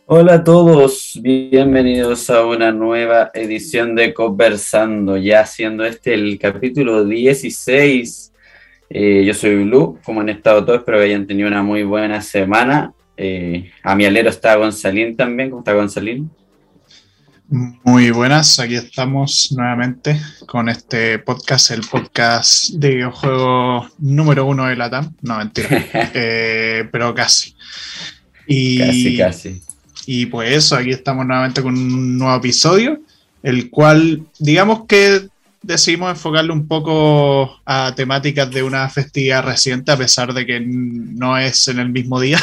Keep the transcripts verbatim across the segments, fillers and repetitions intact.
Hola a todos, bienvenidos a una nueva edición de Conversando, ya siendo este el capítulo dieciséis. Eh, yo soy Blue, como han estado todos, espero que hayan tenido una muy buena semana. Eh, a mi alero está Gonzalín también. ¿Cómo está Gonzalín? Muy buenas, aquí estamos nuevamente con este podcast, el podcast de videojuegos número uno de Latam. No, mentira, eh, pero casi. Casi, Y, casi. y pues eso, aquí estamos nuevamente con un nuevo episodio, el cual digamos que decidimos enfocarle un poco a temáticas de una festividad reciente, a pesar de que no es en el mismo día,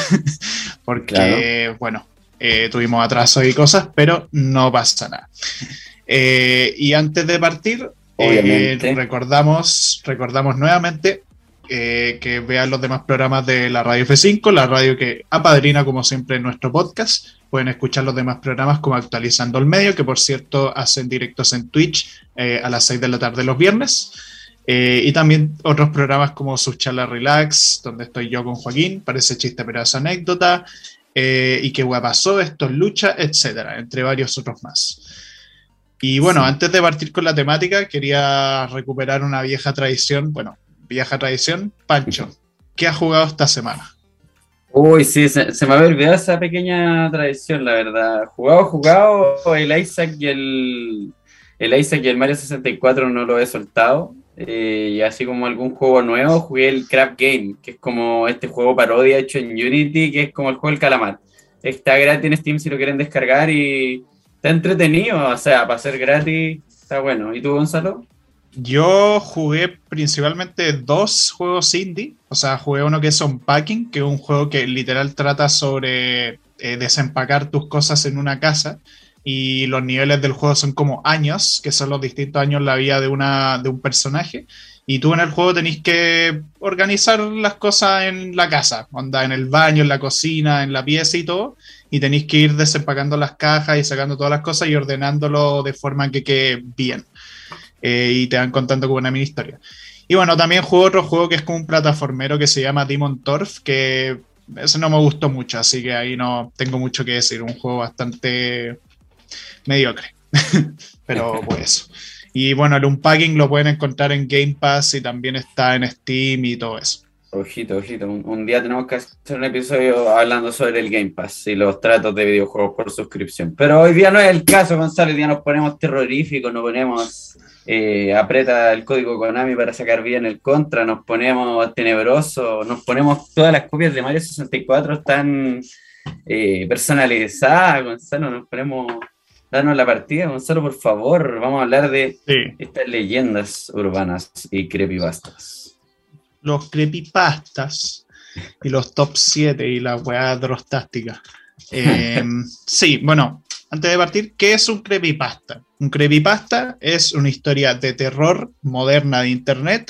Claro, porque, bueno, eh, tuvimos atrasos y cosas, pero no pasa nada. Eh, y antes de partir, eh, obviamente. recordamos, recordamos nuevamente eh, que vean los demás programas de la Radio F cinco, la radio que apadrina como siempre nuestro podcast. Pueden escuchar los demás programas como Actualizando el Medio, que por cierto hacen directos en Twitch eh, a las seis de la tarde los viernes. Eh, y también otros programas como Sus Charlas Relax, donde estoy yo con Joaquín, parece chiste pero es anécdota, eh, y qué pasó, esto es lucha, etcétera, entre varios otros más. Y bueno, Sí. antes de partir con la temática, quería recuperar una vieja tradición. Bueno, vieja tradición. Pancho, ¿qué has jugado esta semana? Uy, sí, se, se me había olvidado esa pequeña tradición, la verdad. Jugado, jugado, el Isaac y el, el Isaac y el Mario sesenta y cuatro no lo he soltado. Eh, y así como algún juego nuevo, jugué el Crab Game, que es como este juego parodia hecho en Unity, que es como el juego del calamar. Está gratis en Steam si lo quieren descargar y está entretenido, o sea, para ser gratis, está bueno. ¿Y tú, Gonzalo? Yo jugué principalmente dos juegos indie. O sea, jugué uno que es Unpacking, que es un juego que literal trata sobre eh, desempacar tus cosas en una casa. Y los niveles del juego son como años, que son los distintos años en la vida de, una, de un personaje. Y tú en el juego tenés que organizar las cosas en la casa, onda en el baño, en la cocina, en la pieza y todo. Y tenéis que ir desempacando las cajas y sacando todas las cosas y ordenándolo de forma que quede bien, eh, y te van contando como una mini historia. Y bueno, también juego otro juego que es como un plataformero que se llama Demon Turf, que ese no me gustó mucho, así que ahí no tengo mucho que decir, un juego bastante mediocre. Pero pues eso. Y bueno, el Unpacking lo pueden encontrar en Game Pass y también está en Steam y todo eso. Ojito, ojito. Un, un día tenemos que hacer un episodio hablando sobre el Game Pass y los tratos de videojuegos por suscripción. Pero hoy día no es el caso, Gonzalo. Hoy día nos ponemos terroríficos, nos ponemos, eh, aprieta el código Konami para sacar bien el contra, nos ponemos tenebrosos, nos ponemos todas las copias de Mario sesenta y cuatro están eh, personalizadas, Gonzalo. Nos ponemos, danos la partida, Gonzalo, por favor. Vamos a hablar de Sí, estas leyendas urbanas y creepypastas. los creepypastas y los top siete y las weas drostásticas. Eh, sí, bueno, antes de partir, ¿qué es un creepypasta? Un creepypasta es una historia de terror moderna de internet,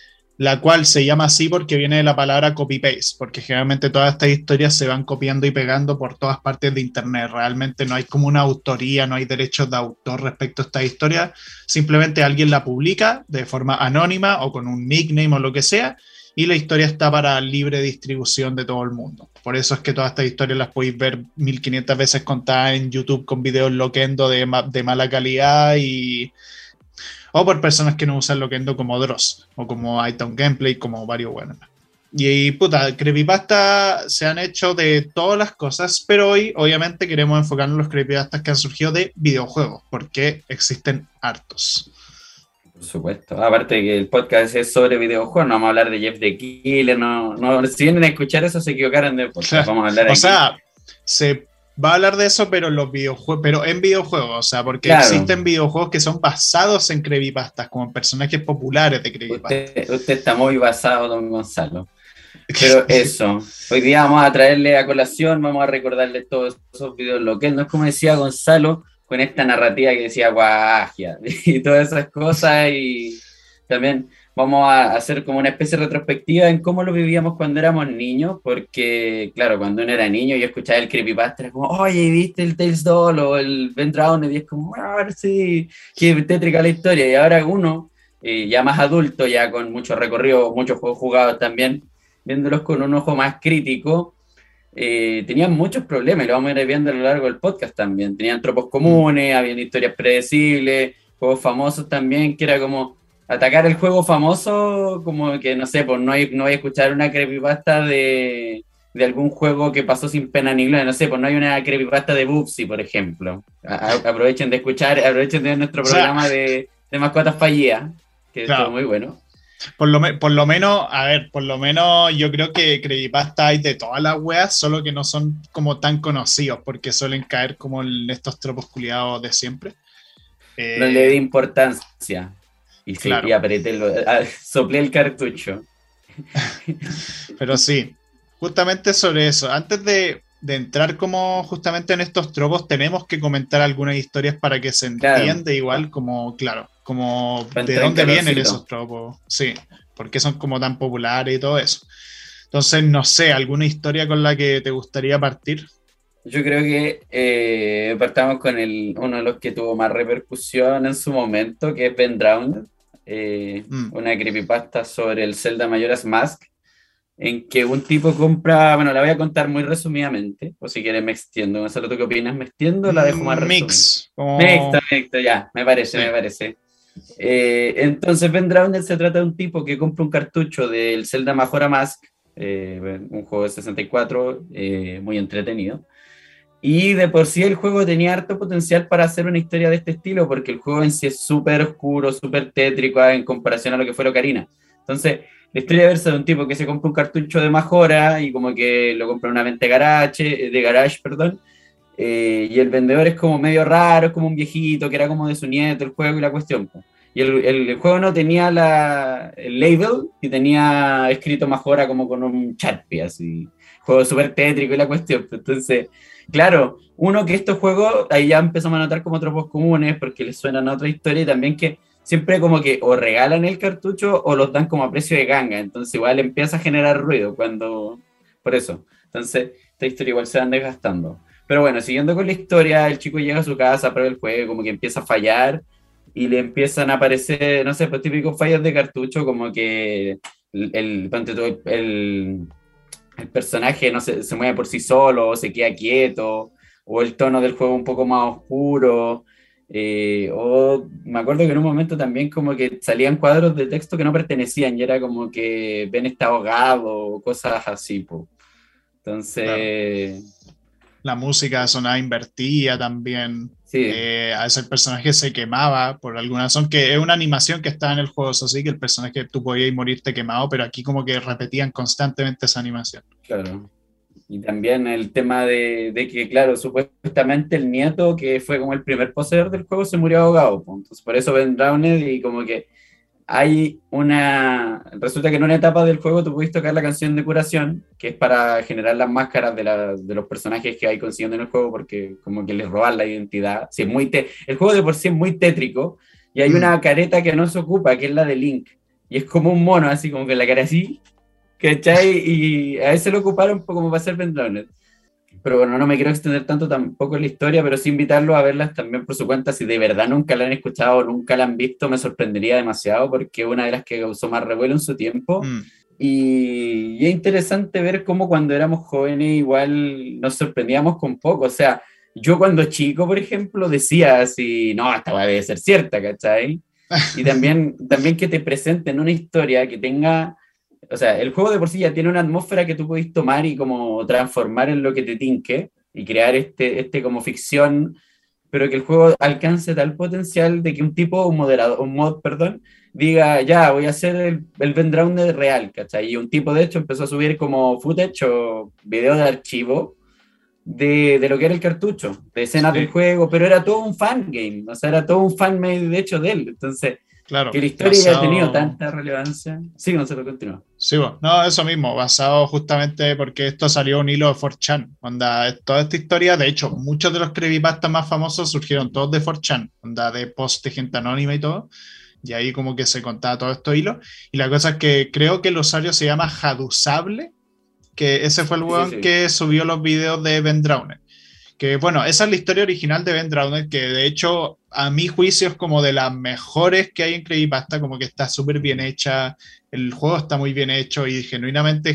la cual se llama así porque viene de la palabra copy-paste, porque generalmente todas estas historias se van copiando y pegando por todas partes de internet. Realmente no hay como una autoría, no hay derechos de autor respecto a esta historia, simplemente alguien la publica de forma anónima o con un nickname o lo que sea, y la historia está para libre distribución de todo el mundo. Por eso es que todas estas historias las podéis ver mil quinientas veces contadas en YouTube con videos loquendo de, ma de mala calidad, y o por personas que no usan Loquendo como Dross o como iTunes Gameplay, como varios buenos. Y puta, creepypasta se han hecho de todas las cosas, pero hoy obviamente queremos enfocarnos en los creepypastas que han surgido de videojuegos, porque existen hartos. Por supuesto. Aparte que el podcast es sobre videojuegos, no vamos a hablar de Jeff the Killer, no, no, si vienen a escuchar eso se equivocaron de podcast, vamos a hablar O aquí. sea, se va a hablar de eso, pero en los videojuegos, pero en videojuegos, o sea, porque Claro, existen videojuegos que son basados en creepypastas, como personajes populares de creepypastas. usted, usted está muy basado, don Gonzalo. Pero eso, hoy día vamos a traerle a colación, vamos a recordarle todos esos videos lo que él no es como decía Gonzalo, con esta narrativa que decía guagia y todas esas cosas, y también vamos a hacer como una especie de retrospectiva en cómo lo vivíamos cuando éramos niños, porque claro, cuando uno era niño y escuchaba el creepypasta era como, oye, ¿viste el Tales Doll o el Ben Drowned? Y es como, a ver si, qué tétrica la historia, y ahora uno, eh, ya más adulto, ya con mucho recorrido, muchos juegos jugados también, viéndolos con un ojo más crítico, eh, tenían muchos problemas, y lo vamos a ir viendo a lo largo del podcast también. Tenían tropos Mm. comunes, habían historias predecibles, juegos famosos también, que era como atacar el juego famoso, como que no sé, pues no hay, no hay escuchar una creepypasta de, de algún juego que pasó sin pena ni gloria, no sé, pues no hay una creepypasta de Bubsy, por ejemplo. A- a- aprovechen de escuchar, aprovechen de ver nuestro O sea, programa de, de mascotas fallidas, que estuvo claro, muy bueno. por lo, me- por lo menos, a ver, por lo menos yo creo que creepypasta hay de todas las weas, solo que no son como tan conocidos, porque suelen caer como en estos tropos culiados de siempre. No le di Eh, importancia. Y sí, y claro, apreté, el, a- soplé el cartucho. pero sí, justamente sobre eso. Antes de, de entrar como justamente en estos tropos, tenemos que comentar algunas historias para que se Claro, entienda igual como, claro, como para de entrar en dónde vienen esos calorcito. tropos, sí, por qué son como tan populares y todo eso. Entonces, no sé, ¿alguna historia con la que te gustaría partir? Yo creo que eh, partamos con el, uno de los que tuvo más repercusión en su momento, que es Ben Drowned, eh, Mm, una creepypasta sobre el Zelda Majora's Mask, en que un tipo compra, bueno, la voy a contar muy resumidamente, o si quieres me extiendo, Gonzalo, ¿tú qué opinas? ¿Me extiendo o la dejo más resumida? mix, Me extiendo, como, me extiendo, ya, me parece, me sí. parece. Eh, entonces, Ben Drowned se trata de un tipo que compra un cartucho del Zelda Majora Mask, eh, un juego de sesenta y cuatro, eh, muy entretenido. Y de por sí el juego tenía harto potencial para hacer una historia de este estilo, porque el juego en sí es súper oscuro, súper tétrico en comparación a lo que fue Ocarina. Entonces, la historia versa de un tipo que se compra un cartucho de Majora y como que lo compra en una venta garage, de garage, perdón, eh, y el vendedor es como medio raro, es como un viejito, que era como de su nieto el juego y la cuestión. Po. Y el, el, el, juego no tenía la, el label y tenía escrito Majora como con un Sharpie, así. Juego súper tétrico y la cuestión. Pues, entonces, claro, uno que estos juegos, ahí ya empezamos a notar como tropos comunes porque les suenan a otra historia y también que siempre como que o regalan el cartucho o los dan como a precio de ganga. Entonces igual empieza a generar ruido cuando... Por eso. Entonces, esta historia igual se van desgastando. Pero bueno, siguiendo con la historia, el chico llega a su casa, prueba el juego, como que empieza a fallar y le empiezan a aparecer, no sé, pues típicos fallos de cartucho, como que el, el, ponte tú, el, el personaje no se, se mueve por sí solo, o se queda quieto, o el tono del juego un poco más oscuro. Eh, o me acuerdo que en un momento también como que salían cuadros de texto que no pertenecían y era como que Ben está ahogado o cosas así. Po. Claro. Entonces, La música sonaba invertida también. sí, Eh, a veces el personaje se quemaba por alguna razón, que es una animación que está en el juego, eso sí, que el personaje tú podías morirte quemado, pero aquí como que repetían constantemente esa animación. claro. Y también el tema de, de que, claro, supuestamente el nieto, que fue como el primer poseedor del juego, se murió ahogado. Po. Entonces, por eso Ben Drowned y como que hay una... Resulta que en una etapa del juego tú puedes tocar la canción de curación, que es para generar las máscaras de, la, de los personajes que hay consiguiendo en el juego, porque como que les roban la identidad. Sí, es muy te... El juego de por sí es muy tétrico, y hay Mm, una careta que no se ocupa, que es la de Link. Y es como un mono, así como que la cara así, ¿cachai? Y a veces lo ocuparon como para hacer Vendrones. Pero bueno, no me quiero extender tanto tampoco en la historia, pero sí invitarlos a verlas también por su cuenta. Si de verdad nunca la han escuchado o nunca la han visto, me sorprendería demasiado porque es una de las que causó más revuelo en su tiempo. mm, Y, y es interesante ver cómo cuando éramos jóvenes igual nos sorprendíamos con poco. O sea, yo cuando chico, por ejemplo, decía así, no, esta va a debe ser cierta, ¿cachai? Y también, también que te presenten una historia que tenga, o sea, el juego de por sí ya tiene una atmósfera que tú podés tomar y como transformar en lo que te tinque y crear este, este como ficción, pero que el juego alcance tal potencial de que un tipo, un moderador, un mod, perdón, diga, ya, voy a hacer el, el Ben Drowned real, ¿cachai? Y un tipo, de hecho, empezó a subir como footage o video de archivo de, de lo que era el cartucho, de escenas del sí, juego, pero era todo un fangame, o sea, era todo un fanmade de hecho de él. Entonces, que claro, la historia haya tenido basado. tanta relevancia. Sí, no se lo continúa. Sí, bueno, no, eso mismo, basado justamente porque esto salió un hilo de cuatro chan. Onda, toda esta historia, de hecho, muchos de los creepypastas más famosos surgieron todos de cuatro chan, onda de post de gente anónima y todo. Y ahí como que se contaba todo esto hilo. Y la cosa es que creo que el usuario se llama Jadusable, que ese fue el Sí, sí, weón sí. que subió los videos de Ben Drowned. Que bueno, esa es la historia original de Ben Drowned, que de hecho, a mi juicio, es como de las mejores que hay en Creepypasta, como que está súper bien hecha, el juego está muy bien hecho y genuinamente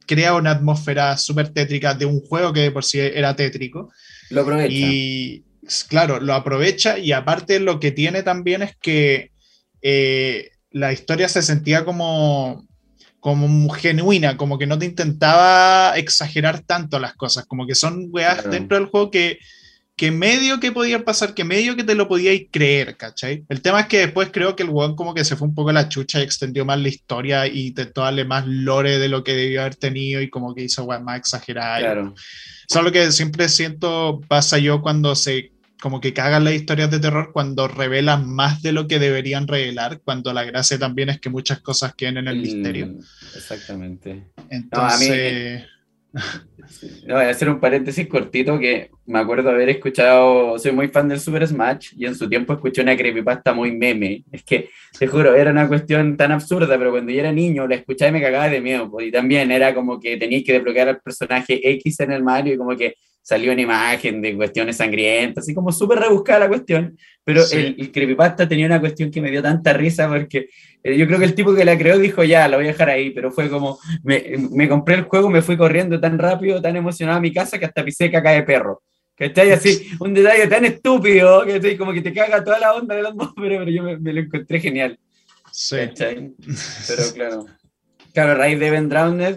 crea una atmósfera súper tétrica de un juego que de por sí era tétrico. Lo aprovecha. Y claro, lo aprovecha y aparte lo que tiene también es que eh, la historia se sentía como, como genuina, como que no te intentaba exagerar tanto las cosas, como que son weas Claro. dentro del juego que, que medio que podía pasar, que medio que te lo podíais creer, ¿cachai? El tema es que después creo que el weón como que se fue un poco a la chucha y extendió más la historia y intentó darle más lore de lo que debió haber tenido y como que hizo weas más exageradas. Claro. Eso es lo que siempre siento pasa yo cuando se como que cagan las historias de terror, cuando revelan más de lo que deberían revelar, cuando la gracia también es que muchas cosas queden en el, el misterio. Exactamente. Entonces... No, a mí, no, voy a hacer un paréntesis cortito que me acuerdo haber escuchado, soy muy fan del Super Smash y en su tiempo escuché una creepypasta muy meme. Es que, te juro, era una cuestión tan absurda, pero cuando yo era niño la escuchaba y me cagaba de miedo. Pues, y también era como que tenías que desbloquear al personaje X en el Mario y como que salió una imagen de cuestiones sangrientas, así como súper rebuscada la cuestión, pero sí. el, el creepypasta tenía una cuestión que me dio tanta risa porque eh, yo creo que el tipo que la creó dijo ya, la voy a dejar ahí, pero fue como, me, me compré el juego, me fui corriendo tan rápido, tan emocionado a mi casa que hasta pisé caca de perro. ¿Cachai? Así, un detalle tan estúpido, ¿cachai? Como que te caga toda la onda de la atmósfera, pero yo me, me lo encontré genial. Sí. ¿Cachai? Pero claro. Claro, a raíz de Ben Drowned,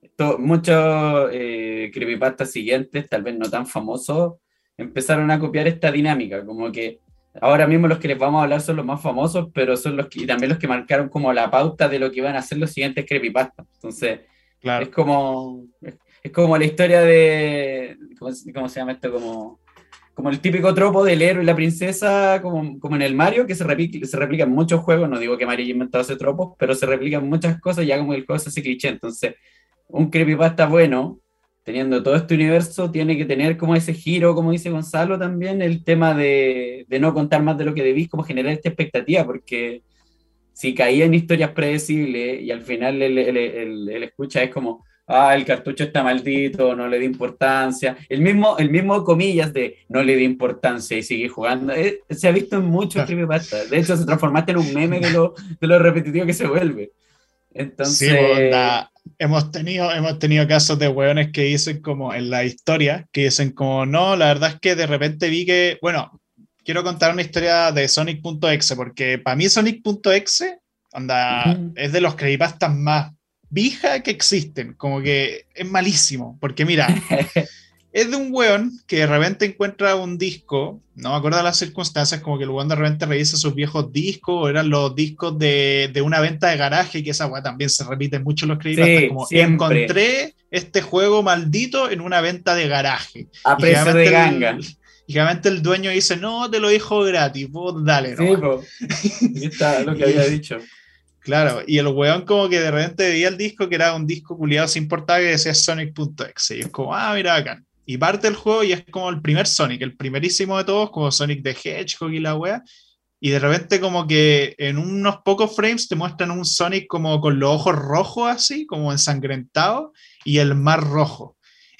muchos eh, creepypastas siguientes, tal vez no tan famosos, empezaron a copiar esta dinámica, como que ahora mismo los que les vamos a hablar son los más famosos, pero son los que, y también los que marcaron como la pauta de lo que iban a hacer los siguientes creepypastas. Entonces, claro. es como es, es como la historia de, ¿cómo, cómo se llama esto? Como, como el típico tropo del héroe y la princesa, como, como en el Mario, que se replica, se replica en muchos juegos, no digo que Mario haya inventado ese tropo, pero se replican muchas cosas ya como el juego se hace cliché, entonces un creepypasta bueno, teniendo todo este universo, tiene que tener como ese giro, como dice Gonzalo también, el tema de, de no contar más de lo que debís, como generar esta expectativa, porque si caía en historias predecibles y al final el, el, el, el escucha es como, ah, el cartucho está maldito, no le di importancia, el mismo, el mismo comillas de no le di importancia y sigue jugando, eh, se ha visto en muchos Claro. creepypastas, de hecho se transformaste en un meme de lo, de lo repetitivo que se vuelve. Entonces... Sí, onda, hemos tenido, hemos tenido casos de hueones que dicen como en la historia, que dicen como, no, la verdad es que de repente vi que, bueno, quiero contar una historia de Sonic.exe, porque para mí Sonic.exe, onda, uh-huh. es de los creepypastas más vieja que existen, como que es malísimo, porque mira, es de un weón que de repente encuentra un disco, no me acuerdo de las circunstancias, como que el weón de repente revisa sus viejos discos, o eran los discos de, de una venta de garaje, que esa weá también se repite mucho en los creepypastas, sí, como siempre. Encontré este juego maldito en una venta de garaje. A precio de ganga. El, y generalmente el dueño dice, no, te lo dijo gratis, vos dale, sí, no. Ahí está lo que había dicho. Claro, y el weón como que de repente veía el disco, que era un disco culiado sin portada que decía Sonic.exe, y es como, ah, mira acá. Y parte el juego y es como el primer Sonic, el primerísimo de todos, como Sonic the Hedgehog y la wea. Y de repente como que en unos pocos frames te muestran un Sonic como con los ojos rojos así, como ensangrentado, y el mar rojo.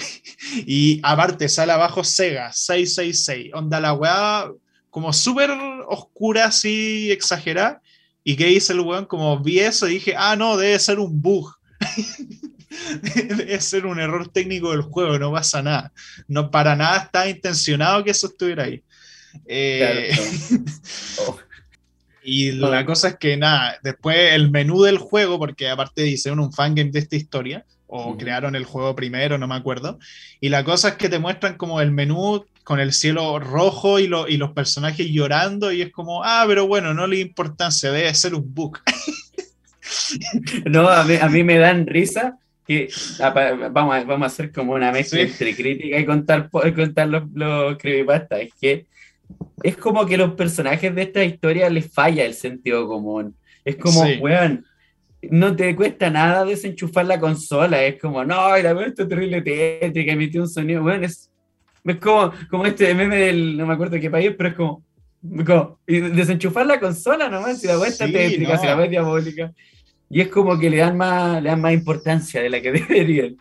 Y aparte sale abajo Sega seiscientos sesenta y seis, onda la wea como súper oscura así, exagerada. ¿Y qué dice el weón? Como vi eso y dije, ah, no, debe ser un bug. Debe ser un error técnico del juego, no pasa nada. No, para nada estaba intencionado que eso estuviera ahí. Eh, claro, no. oh. Y oh. la cosa es que nada, después el menú del juego, porque aparte hicieron un fangame de esta historia, o uh-huh. crearon el juego primero, no me acuerdo, y la cosa es que te muestran como el menú con el cielo rojo y, lo, y los personajes llorando, y es como, ah, pero bueno, no le da importancia, debe ser un bug. No, a mí, a mí me dan risa que vamos a, vamos a hacer como una mezcla sí. entre crítica y contar, contar los, los creepypastas. Es que es como que los personajes de esta historia les falla el sentido común. Es como, sí. weón, no te cuesta nada desenchufar la consola. Es como, no, la verdad es terrible tétrica, emitió un sonido. Weón, es, es como, como este meme del, no me acuerdo qué país, pero es como, como desenchufar la consola nomás, si la weá está sí, tétrica, no. si la weá es diabólica. Y es como que le dan más, le dan más importancia de la que deberían.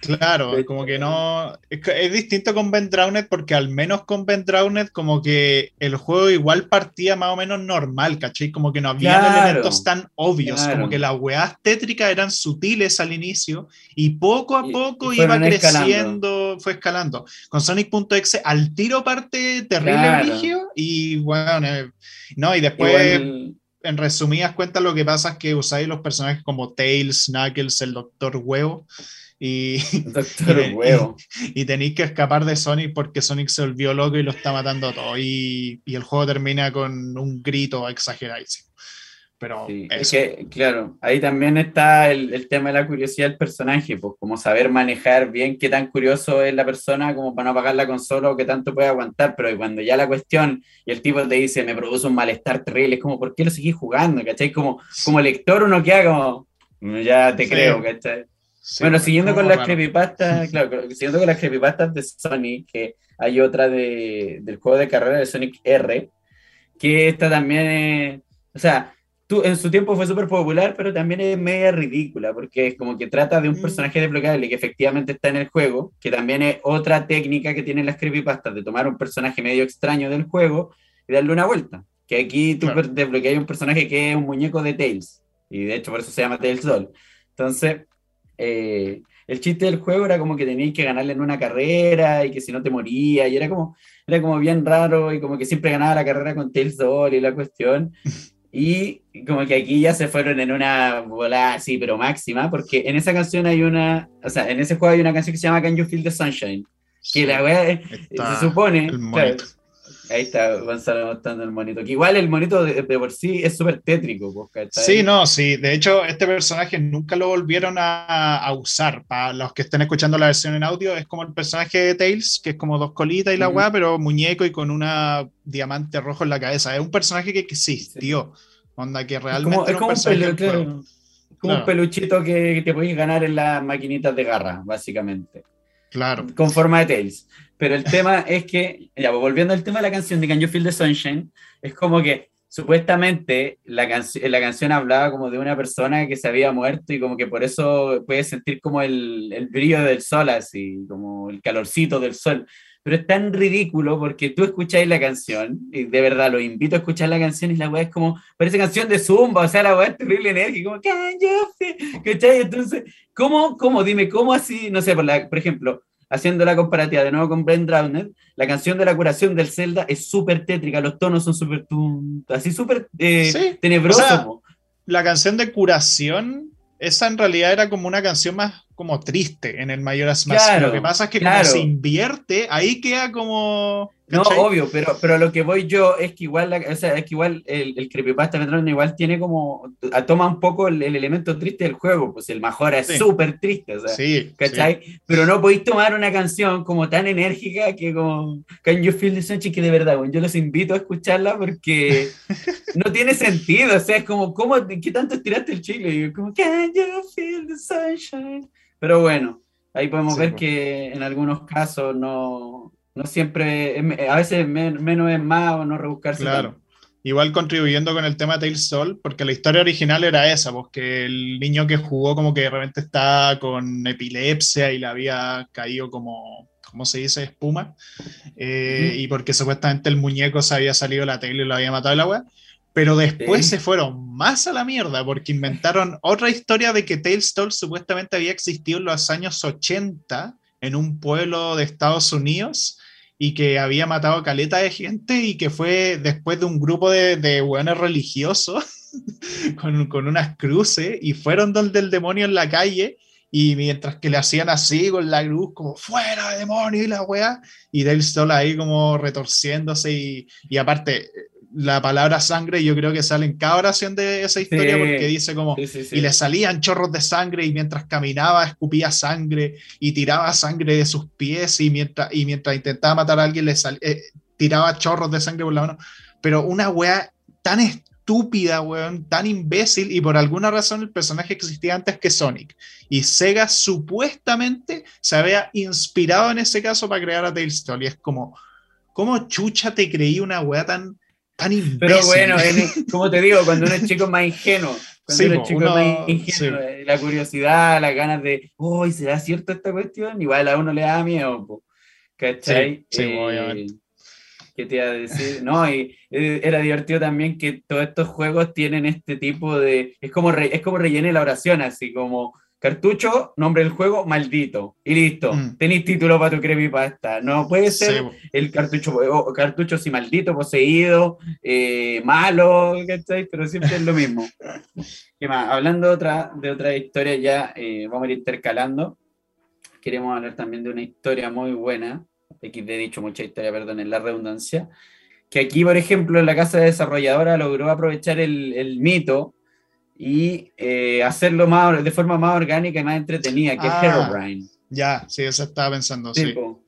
Claro, como que no. Es, que es distinto con Ben Drowned porque al menos con Ben Drowned, como que el juego igual partía más o menos normal, ¿cachai? Como que no habían elementos Claro, tan obvios, como que claro. las weas tétricas eran sutiles al inicio y poco a Y, y poco iba fueron escalando. creciendo, fue escalando. Con Sonic.exe al tiro parte terrible Claro. brigio y bueno, eh, no, y después. Igual, En resumidas cuentas, lo que pasa es que usáis los personajes como Tails, Knuckles, el Doctor Huevo, y, y, Doctor de- y- Huevo. y tenéis que escapar de Sonic porque Sonic se volvió loco y lo está matando a todo. Y, y el juego termina con un grito exageradísimo. Pero Sí, es eso, que, claro, ahí también está el, el tema de la curiosidad del personaje, pues como saber manejar bien qué tan curioso es la persona como para no apagar la consola o qué tanto puede aguantar, pero cuando ya la cuestión y el tipo te dice, me produce un malestar terrible, es como, ¿por qué lo seguís jugando? ¿Cachai? Como, como lector uno queda como, "Mm, ya te creo, sí, ¿cachai?" sí, Bueno, es siguiendo con como las raro. creepypastas, claro, siguiendo con las creepypastas de Sonic, que hay otra de, del juego de carrera de Sonic R, que esta también es, o sea, tú, en su tiempo fue súper popular, pero también es media ridícula, porque es como que trata de un Mm, personaje desbloqueable que efectivamente está en el juego, que también es otra técnica que tienen las creepypastas, de tomar un personaje medio extraño del juego y darle una vuelta. Que aquí tú claro. desbloqueas un personaje que es un muñeco de Tails, y de hecho por eso se llama Tails Doll. Entonces, eh, el chiste del juego era como que tenías que ganarle en una carrera y que si no te moría, y era como, era como bien raro y como que siempre ganaba la carrera con Tails Doll y la cuestión. Y como que aquí ya se fueron en una volada así, pero máxima, porque en esa canción hay una, o sea, en ese juego hay una canción que se llama Can You Feel the Sunshine? Que la Sí, weá, eh, se está el supone, monito. claro, ahí está Gonzalo mostrando el monito, que igual el monito de, de por sí es súper tétrico, pues, Sí, ¿cachai? no, sí. De hecho, este personaje nunca lo volvieron a, a usar. Para los que estén escuchando la versión en audio, es como el personaje de Tails, que es como dos colitas y la Ujú. weá, pero muñeco y con una diamante rojo en la cabeza. Es un personaje que Sí. existió. Onda, que Es como, realmente es era un como un personaje pelu, del juego. claro, como un Claro, peluchito que, que te podéis ganar en las maquinitas de garra, básicamente, claro. con forma de Tails. Pero el tema es que, ya, pues, volviendo al tema de la canción de Can You Feel the Sunshine, es como que supuestamente la, canc la canción hablaba como de una persona que se había muerto y como que por eso puedes sentir como el, el brillo del sol, así, como el calorcito del sol. Pero es tan ridículo porque tú escucháis la canción, y de verdad lo invito a escuchar la canción y la weá es como, parece canción de Zumba, o sea, la weá es terrible enérgica, como, Can you feel? ¿Cachai? Entonces, ¿cómo, cómo, dime, cómo así, no sé, por, la, por ejemplo, haciendo la comparativa de nuevo con Ben Drowned, la canción de la curación del Zelda es súper tétrica, los tonos son súper, así súper eh, Sí. O tenebrosos. sea, Po. la canción de curación, esa en realidad era como una canción más como triste en el Majora's Mask. Lo que Claro, pasa es que como se claro. invierte, ahí queda como, No, ¿cachai? obvio, pero, pero lo que voy yo es que igual, la- o sea, es que igual el, el creepypasta Metroid igual tiene como, a- toma un poco el, el elemento triste del juego, pues el Majora es Sí, súper triste, o sea, sí, sí. ¿cachai? Pero no podéis tomar una canción como tan enérgica que como Can You Feel the Sunshine, que de verdad, bueno, yo los invito a escucharla porque no tiene sentido, o sea, es como, ¿cómo, qué tanto estiraste el chile? Y yo como, Can you feel the sunshine? Pero bueno, ahí podemos Sí, ver pues, que en algunos casos no, no siempre, es- a veces men- menos es más o no rebuscarse tanto. claro. Igual contribuyendo con el tema Tales Soul, porque la historia original era esa, pues que el niño que jugó como que de repente está con epilepsia y le había caído como, ¿cómo se dice? Espuma. Eh, Ujú. y porque supuestamente el muñeco se había salido de la tele y lo había matado el agua. Pero después se Sí. fueron más a la mierda porque inventaron otra historia de que Tales Toll supuestamente había existido en los años ochenta en un pueblo de Estados Unidos y que había matado a caleta de gente y que fue después de un grupo de, de hueones religiosos con, con unas cruces y fueron donde el demonio en la calle y mientras que le hacían así con la cruz, como fuera demonio y la weá, y Dale Stoll ahí como retorciéndose y, y aparte la palabra sangre yo creo que sale en cada oración de esa historia porque Sí, dice como, sí, sí, y le sí. salían chorros de sangre y mientras caminaba escupía sangre y tiraba sangre de sus pies y mientras, y mientras intentaba matar a alguien le sal, eh, tiraba chorros de sangre por la mano, pero una weá tan estúpida, weón, tan imbécil, y por alguna razón el personaje existía antes que Sonic. Y Sega supuestamente se había inspirado en ese caso para crear a Tales Story. Y es como, ¿cómo chucha te creí una weá tan, tan Pero imbécil? bueno, en- como te digo, cuando uno es chico es más ingenuo. Cuando Sí, uno po, es chico es más uno, sí, ingenuo, eh, la curiosidad, las ganas de, uy, ¿será cierto esta cuestión? Igual a uno le da miedo, po, sí, ¿cachai? sí, Eh, obviamente. ¿qué te iba a decir? No, y eh, era divertido también que todos estos juegos tienen este tipo de, es como, re- es como rellene la oración, así como, cartucho, nombre del juego, maldito, y listo, Mm, tenéis título para tu creepypasta. No puede sí, ser po. el cartucho, o cartucho si maldito, poseído, eh, malo, ¿cachai? Pero siempre es lo mismo. ¿Qué más? Hablando de otra, de otra historia ya, eh, vamos a ir intercalando. Queremos hablar también de una historia muy buena. Aquí te he dicho mucha historia, perdón, en la redundancia. Que aquí, por ejemplo, en la casa desarrolladora logró aprovechar el, el mito y eh, hacerlo más, de forma más orgánica y más entretenida, que es Ah, Herobrine. ya, sí, eso estaba pensando, sí. Tipo,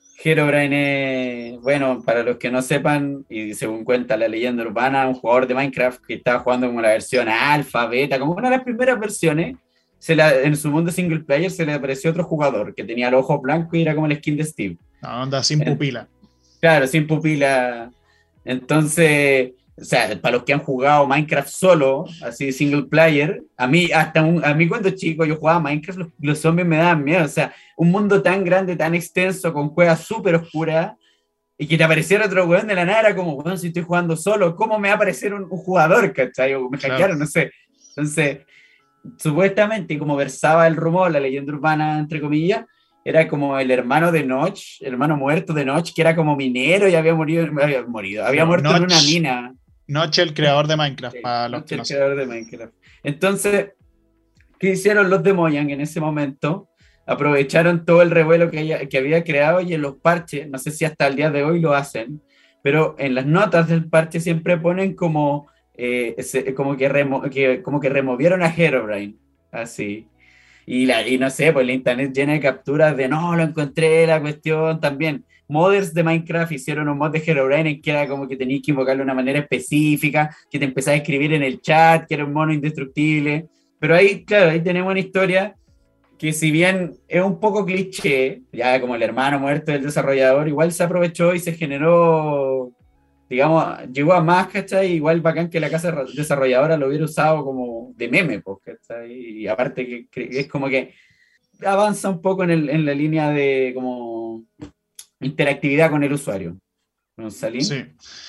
Herobrine es, bueno, para los que no sepan, y según cuenta la leyenda urbana, un jugador de Minecraft que estaba jugando como la versión alfa, beta, como una de las primeras versiones, se la, en su mundo single player se le apareció otro jugador que tenía los ojos blancos y era como el skin de Steve. La onda sin En- pupila. claro, sin pupila. Entonces, o sea, para los que han jugado Minecraft solo, así single player, a mí, hasta un, a mí cuando chico yo jugaba Minecraft, los, los zombies me daban miedo. O sea, un mundo tan grande, tan extenso, con cuevas súper oscuras, y que te apareciera otro weón de la nada, era como, weón, si estoy jugando solo, ¿cómo me va a aparecer un, un jugador, cachai? O me Claro. hackearon, no sé. Entonces, supuestamente, como versaba el rumor, la leyenda urbana, entre comillas, era como el hermano de Notch, el hermano muerto de Notch, que era como minero y había morido, había morido, Sí, había muerto en una Notch, mina. Notch, el creador de Minecraft, Sí, para los Notch, que no el saben. creador de Minecraft. Entonces, ¿qué hicieron los de Mojang en ese momento? Aprovecharon todo el revuelo que, haya, que había creado y en los parches, no sé si hasta el día de hoy lo hacen, pero en las notas del parche siempre ponen como, eh, se, como, que, remo, que, como que removieron a Herobrine, así. Y, la, y no sé, pues la internet llena de capturas de no, lo encontré, la cuestión también. Modders de Minecraft hicieron un mod de Herobrine en que era como que tenías que invocarlo de una manera específica, que te empezaba a escribir en el chat, que era un mono indestructible. Pero ahí, claro, ahí tenemos una historia que si bien es un poco cliché, ya como el hermano muerto del desarrollador, igual se aprovechó y se generó, digamos, llegó a más, ¿cachai? Igual bacán que la casa desarrolladora lo hubiera usado como de meme, pues, ¿cachai? Y aparte que, que es como que avanza un poco en, el, en la línea de como interactividad con el usuario. ¿No, Salín? Sí.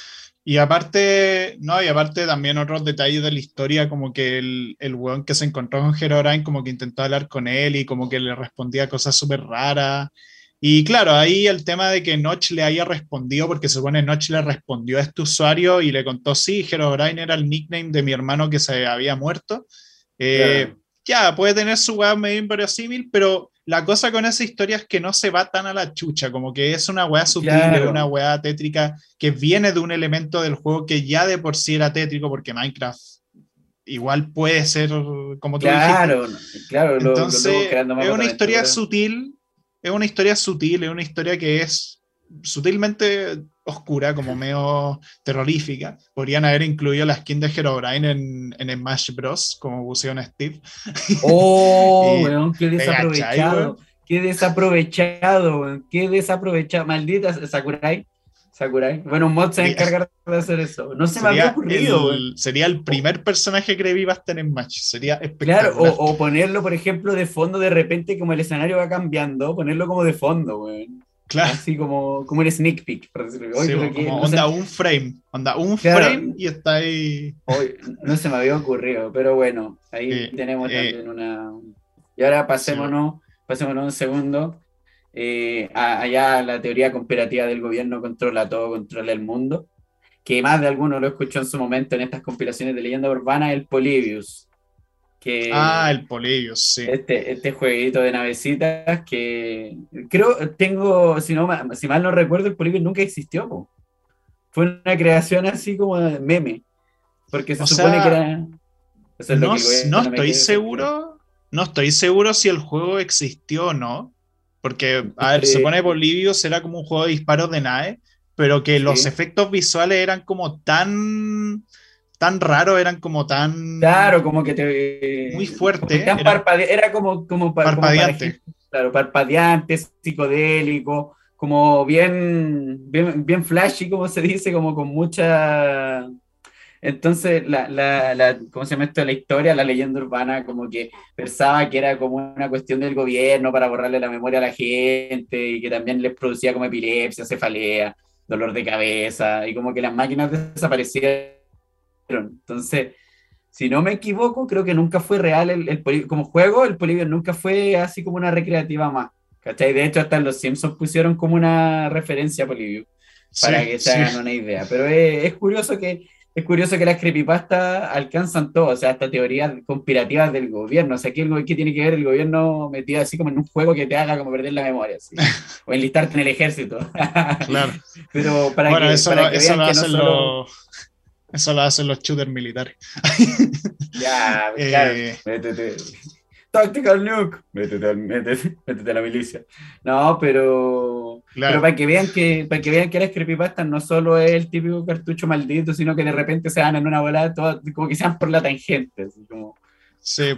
Y aparte, no, y aparte también otros detalles de la historia, como que el, el weón que se encontró con Herobrine, como que intentó hablar con él y como que le respondía cosas súper raras. Y claro, ahí el tema de que Notch le haya respondido, porque se supone Notch le respondió a este usuario y le contó, sí, Herobrine era el nickname de mi hermano que se había muerto. Eh, Claro. ya, puede tener su weá medio inverosímil, pero la cosa con esa historia es que no se va tan a la chucha, como que es una weá sutil, es una Claro. weá tétrica que viene de un elemento del juego que ya de por sí era tétrico, porque Minecraft igual puede ser, como tú dijiste. Claro, claro, lo, lo luego Entonces, creando es mapas de una historia aventura. sutil, es una historia sutil, es una historia que es sutilmente oscura, como medio terrorífica. Podrían haber incluido la skin de Herobrine en, en Smash Bros., como pusieron Steve. Oh, Y weón, qué te cachai, desaprovechado, weón. qué desaprovechado, weón, qué desaprovechado, maldita Sakurai, Sakurai. Bueno, un mod se va a Sería, encargar de hacer eso. No se me había sería, ocurrido, weón. el, sería el O- primer personaje que vi estar en Smash. Sería claro, o, espectacular. o ponerlo, por ejemplo, de fondo de repente, como el escenario va cambiando, ponerlo como de fondo, weón. Claro. Así como, como un sneak peek, por decirlo. Hoy, Sí, pero que como no se, onda un frame. Onda un claro, frame y está ahí. hoy no se me había ocurrido, pero bueno, ahí Sí, tenemos eh, también una. Y ahora sí, pasémonos, pasémonos un segundo. Eh, a- allá la teoría conspirativa del gobierno controla todo, controla el mundo, que más de alguno lo escuchó en su momento en estas compilaciones de leyenda urbana, el Polybius, ah, que el Polybius, sí. este, este jueguito de navecitas que creo, tengo, si, no, ma- si mal no recuerdo, el Polybius nunca existió, po. Fue una creación así como de meme, porque se O supone que sea, era, eso es lo no, que el s- no gobierno me estoy quiere hacer creer. seguro. No estoy seguro si el juego existió o no. Porque, a ver, se supone que Eh, Polybius era como un juego de disparos de nave, pero que los sí. efectos visuales eran como tan, tan raros, eran como Claro, tan como que te. muy Como fuertes, tan eran parpade- era como, como, pa- como para parpadeantes. gente, claro, parpadeante, psicodélico, como bien, bien, bien flashy, como se dice, como con mucha. Entonces, la, la, la, ¿cómo se llama esto? La historia, la leyenda urbana, como que pensaba que era como una cuestión del gobierno para borrarle la memoria a la gente y que también les producía como epilepsia, cefalea, dolor de cabeza y como que las máquinas desaparecieron. Entonces, si no me equivoco, creo que nunca fue real el, el Polybius. Como juego, el Polybius nunca fue así como una recreativa más. ¿Cachai? De hecho, hasta los Simpsons pusieron como una referencia a Polybius para Sí, que se sí. hagan una idea. Pero es, es curioso que es curioso que las creepypastas alcanzan todo, o sea, hasta teorías conspirativas del gobierno. O sea, ¿qué, ¿qué tiene que ver el gobierno metido así como en un juego que te haga como perder la memoria? Así? O enlistarte en el ejército. Claro. Pero para Bueno, que, eso lo, para que eso vean lo que no hacen solo... los, eso lo hacen los shooters militares. Ya, claro, Eh, métete. Tactical Nuke, métete, al- métete, métete a la milicia. No, pero, pero claro. para que vean que, para que vean que las creepypastas no solo es el típico cartucho maldito, sino que de repente se dan en una volada, todo- como que sean por la tangente. Así como... Sí.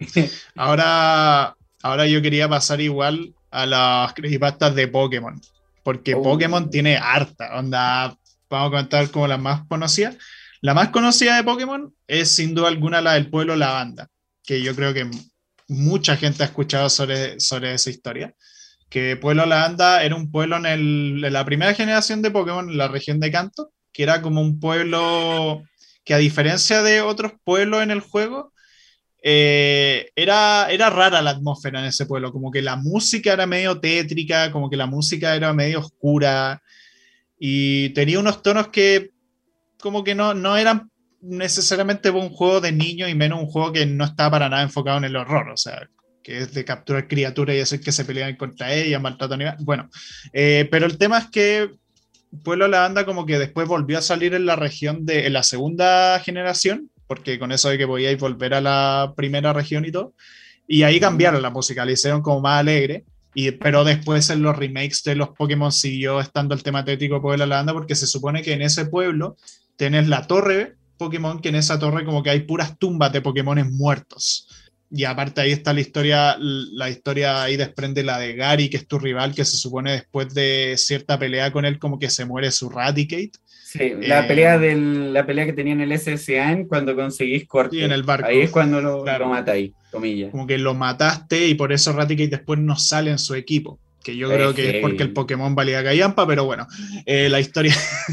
Ahora, ahora yo quería pasar igual a las creepypastas de Pokémon. Porque Pokémon Oh, tiene harta. Onda, vamos a contar como las más conocidas. La más conocida de Pokémon es sin duda alguna la del pueblo Lavanda. Que yo creo que mucha gente ha escuchado sobre, sobre esa historia. Que Pueblo Lavanda era un pueblo en, el, en la primera generación de Pokémon, en la región de Kanto, que era como un pueblo que a diferencia de otros pueblos en el juego, eh, era, era rara la atmósfera en ese pueblo, como que la música era medio tétrica, como que la música era medio oscura y tenía unos tonos que como que no, no eran necesariamente un juego de niños y menos un juego que no estaba para nada enfocado en el horror, o sea, que es de capturar criaturas y hacer que se peleen contra ellas, maltrato animal. Bueno, eh, pero el tema es que Pueblo La Banda como que después volvió a salir en la región de en la segunda generación, porque con eso de que podíais volver a la primera región y todo, y ahí cambiaron la música, la hicieron como más alegre, y, pero después en los remakes de los Pokémon siguió estando el tema tétrico de Pueblo La Banda, porque se supone que en ese pueblo tenés la torre Pokémon, que en esa torre como que hay puras tumbas de Pokémones muertos. Y aparte ahí está la historia, la historia ahí desprende la de Gary, que es tu rival, que se supone después de cierta pelea con él como que se muere su Raticate. sí, la Eh, pelea del, la pelea que tenía en el S S A N cuando conseguís y en corte. el Ahí barco, es cuando lo, lo claro. matáis, comillas. Como que lo mataste y por eso Raticate después no sale en su equipo. Que yo creo Es que es porque el heavy. Pokémon valía callampa, pero bueno, eh, la historia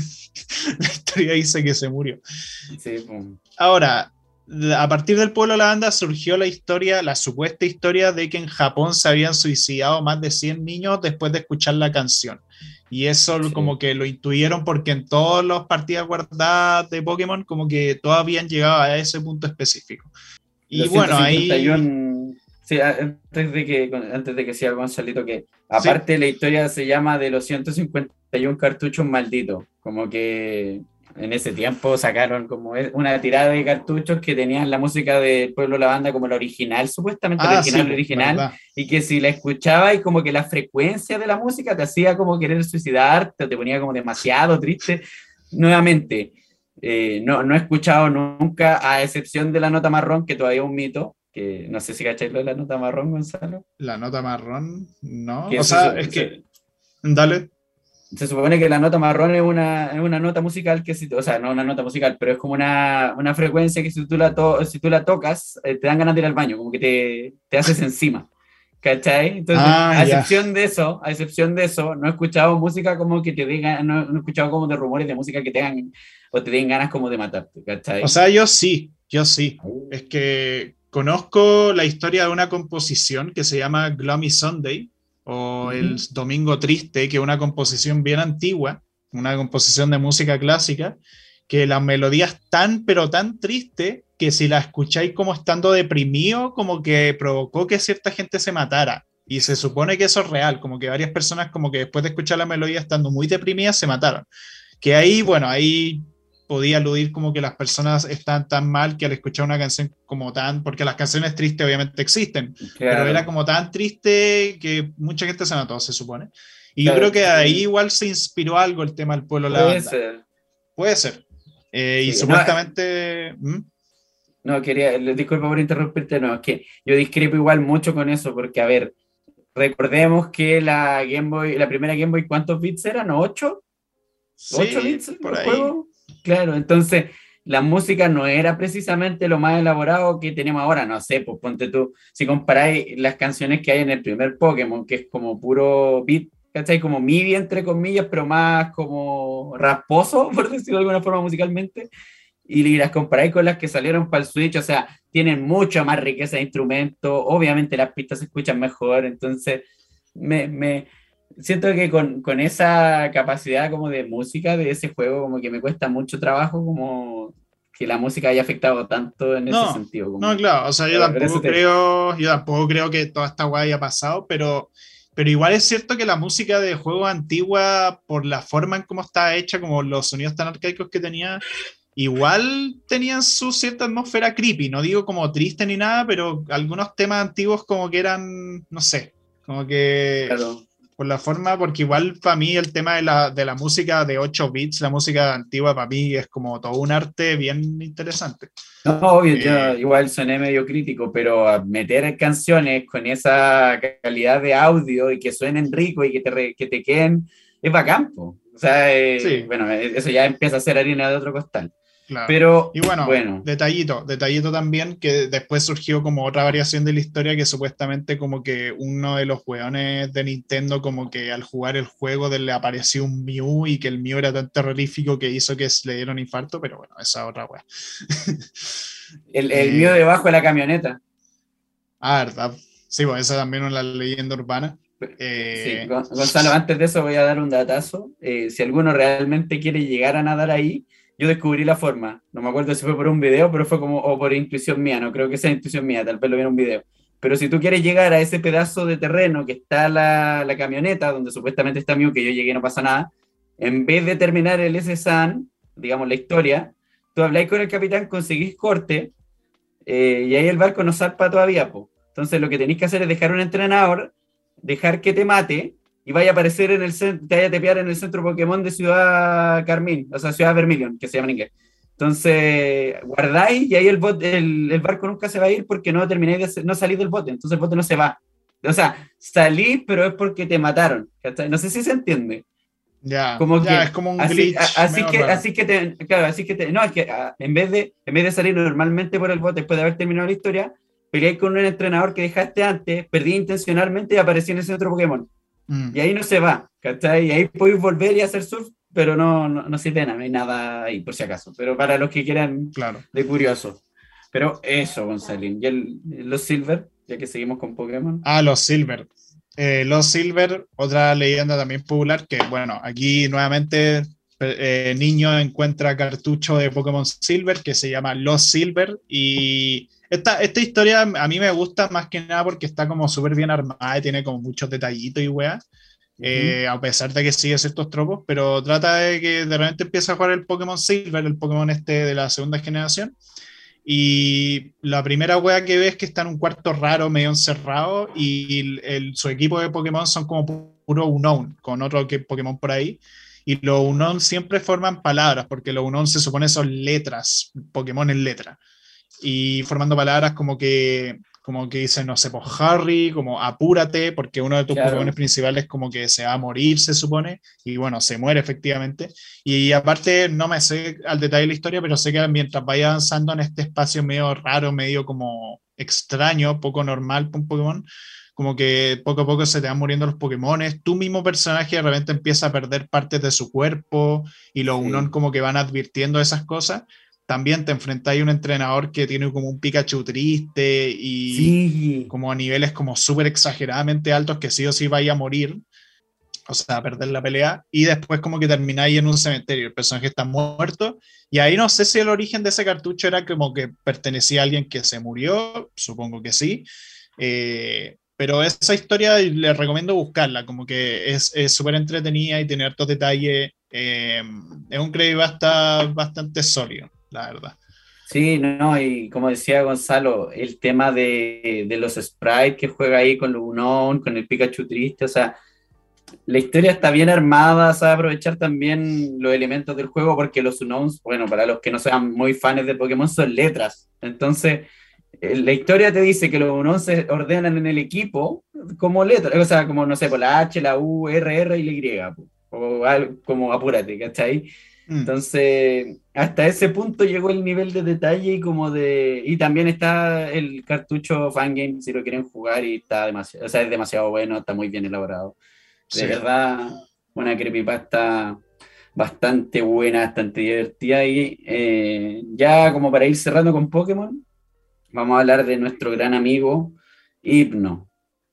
la historia dice que se murió. Sí, pum. Ahora, a partir del pueblo Lavanda surgió la historia, la supuesta historia de que en Japón se habían suicidado más de cien niños después de escuchar la canción. Y eso Sí. como que lo intuyeron porque en todas las partidas guardadas de Pokémon como que todos habían llegado a ese punto específico. Y Los ciento bueno, cincuenta y ahí uno, sí, antes de que, antes de que siga Gonzalito, que sí, aparte la historia se llama de los ciento cincuenta y uno cartuchos malditos, como que en ese tiempo sacaron como una tirada de cartuchos que tenían la música de Pueblo La Banda como la original, supuestamente la ah, sí, original, la pues, original, verdad. y que si la escuchabas y como que la frecuencia de la música te hacía como querer suicidarte, o te ponía como demasiado triste. Nuevamente, eh, no, no he escuchado nunca, a excepción de la nota marrón, que todavía es un mito, que no sé si cacháis lo de la nota marrón, Gonzalo, La nota marrón, no. que O se, sea, es se, que, dale. se supone que la nota marrón es una, es una nota musical que, si, o sea, no una nota musical, pero es como una, una frecuencia que si tú la, to, si tú la tocas, eh, te dan ganas de ir al baño, como que te, te haces encima. ¿Cachai? Entonces, Ah, a ya. excepción de eso, a excepción de eso, no he escuchado música como que te digan, no, no he escuchado como de rumores de música que te hagan o te den ganas como de matarte, O ¿cachai? sea, yo sí, yo sí. Oh. Es que conozco la historia de una composición que se llama Gloomy Sunday o El Ujú. Domingo Triste, que es una composición bien antigua, una composición de música clásica, que la melodía es tan, pero tan triste que si la escucháis como estando deprimido, como que provocó que cierta gente se matara. Y se supone que eso es real, como que varias personas como que después de escuchar la melodía estando muy deprimidas se mataron. Que ahí, bueno, ahí podía aludir como que las personas están tan mal que al escuchar una canción como tan, porque las canciones tristes obviamente existen, pero era Claro, como tan triste que mucha gente se mató, se supone. Y yo creo claro, que ahí sí, igual se inspiró algo el tema del pueblo de la puede banda. ser. Puede ser. Eh, y Sí, no, supuestamente... ¿Mm? no quería, disculpa por interrumpirte, no, es que yo discrepo igual mucho con eso, porque a ver, recordemos que la Game Boy, la primera Game Boy, ¿cuántos bits eran? ¿Ocho? ¿Ocho Sí, bits por el ahí. juego? Claro, entonces la música no era precisamente lo más elaborado que tenemos ahora, no sé, pues ponte tú, si comparáis las canciones que hay en el primer Pokémon, que es como puro beat, ¿cachai? Como MIDI entre comillas, pero más como rasposo, por decirlo de alguna forma musicalmente, y las comparáis con las que salieron para el Switch, o sea, tienen mucha más riqueza de instrumentos, obviamente las pistas se escuchan mejor, entonces me, me siento que con, con esa capacidad como de música de ese juego, como que me cuesta mucho trabajo como que la música haya afectado tanto en ese No, sentido. no, Como, claro, o sea, yo por eso tampoco te... creo, yo tampoco creo que toda esta guay haya pasado, pero, pero igual es cierto que la música de juegos antigua, por la forma en cómo estaba hecha, como los sonidos tan arcaicos que tenía, igual tenían su cierta atmósfera creepy, no digo como triste ni nada, pero algunos temas antiguos como que eran, no sé, como que Claro. por la forma, porque igual para mí el tema de la, de la música de ocho bits, la música antigua para mí es como todo un arte bien interesante. No, obvio, yo Eh, igual soné medio crítico, pero a meter canciones con esa calidad de audio y que suenen rico y que te, re- que te queden, es bacán, po. O sea, eh, sí, bueno, eh, eso ya empieza a ser harina de otro costal. claro. Pero Y bueno, bueno, detallito, detallito también que después surgió como otra variación de la historia que supuestamente como que uno de los weones de Nintendo como que al jugar el juego de- le apareció un Mew y que el Mew era tan terrorífico que hizo que le diera un infarto, pero bueno, esa otra wea. el, el mío eh, debajo de la camioneta. ah, verdad. Sí, pues esa también es una leyenda urbana. Sí, Eh, Gon- Gonzalo, antes de eso voy a dar un datazo. Eh, si alguno realmente quiere llegar a nadar ahí, yo descubrí la forma. No me acuerdo si fue por un video, pero fue como, o por intuición mía, no creo que sea intuición mía, tal vez lo vi en un video. Pero si tú quieres llegar a ese pedazo de terreno que está la, la camioneta, donde supuestamente está Mew, que yo llegué y no pasa nada, en vez de terminar el S S A N, digamos la historia, tú habláis con el capitán, conseguís corte, eh, y ahí el barco no zarpa todavía, po. Entonces lo que tenéis que hacer es dejar un entrenador, dejar que te mate y vaya a aparecer en el centro, te vaya a tepear en el centro Pokémon de Ciudad Carmín, o sea, Ciudad Vermilion, que se llama en inglés. Entonces, guardáis y ahí el, bot, el, el, barco nunca se va a ir porque no termináis de no salís del bote, entonces el bote no se va. O sea, salís, pero es porque te mataron. ¿Cachai? No sé si se entiende. ya, Como ya, es que como un así, a- glitch así medio que, raro. así que te, claro, así que te, no, es que a, en vez de, en vez de salir normalmente por el bote después de haber terminado la historia, peleáis con un entrenador que dejaste antes, perdí intencionalmente y aparecí en ese otro Pokémon. Mm, Y ahí no se va, ¿cachai? Y ahí podéis volver y hacer surf, pero no, no, no sirve de nada, no hay nada ahí por si acaso. Pero para los que quieran claro. de curioso. Pero eso, González. Y el, los Silver, ya que seguimos con Pokémon. Ah, los Silver. Eh, los Silver, otra leyenda también popular, que bueno, aquí nuevamente eh, niño encuentra cartucho de Pokémon Silver que se llama Los Silver y esta, esta historia a mí me gusta más que nada porque está como súper bien armada y tiene como muchos detallitos y weas, Uh -huh. eh, a pesar de que sigue ciertos tropos, pero trata de que de repente empieza a jugar el Pokémon Silver, el Pokémon este de la segunda generación. Y la primera wea que ves es que está en un cuarto raro, medio encerrado, y el, el, su equipo de Pokémon son como puro Unown, con otro que Pokémon por ahí. Y los Unown siempre forman palabras, porque los Unown se supone son letras, Pokémon en letra. Y formando palabras como que, como que dicen, no sé, pues Harry, como apúrate, porque uno de tus Pokémon Claro. principales como que se va a morir, se supone, y bueno, se muere efectivamente. Y aparte, no me sé al detalle la historia, pero sé que mientras vaya avanzando en este espacio medio raro, medio como extraño, poco normal para un Pokémon, como que poco a poco se te van muriendo los Pokémones, tu mismo personaje de repente empieza a perder partes de su cuerpo y los Unon Sí. como que van advirtiendo esas cosas. También te enfrentáis a un entrenador que tiene como un Pikachu triste y Sí. como a niveles como súper exageradamente altos que sí o sí vaya a morir, o sea, a perder la pelea, y después como que termináis en un cementerio, el personaje está muerto, y ahí no sé si el origen de ese cartucho era como que pertenecía a alguien que se murió, supongo que sí, eh, pero esa historia les recomiendo buscarla, como que es súper entretenida y tiene hartos detalles, eh, es un creepypasta bastante sólido, la verdad. Sí, no, y como decía Gonzalo, el tema de, de los sprites que juega ahí con los Unown, con el Pikachu triste, o sea, la historia está bien armada, sabe aprovechar también los elementos del juego, porque los Unowns, bueno, para los que no sean muy fans de Pokémon, son letras. Entonces, eh, la historia te dice que los Unowns se ordenan en el equipo como letras, o sea, como, no sé, por la H, la U, R, R y la Y, po, o algo como apúrate, ¿cachai? Mm. Entonces, hasta ese punto llegó el nivel de detalle y como de... Y también está el cartucho Fangame, si lo quieren jugar, y está demasiado, o sea, es demasiado bueno, está muy bien elaborado. De Sí. verdad, una creepypasta bastante buena, bastante divertida. Y eh, ya como para ir cerrando con Pokémon, vamos a hablar de nuestro gran amigo Hypno.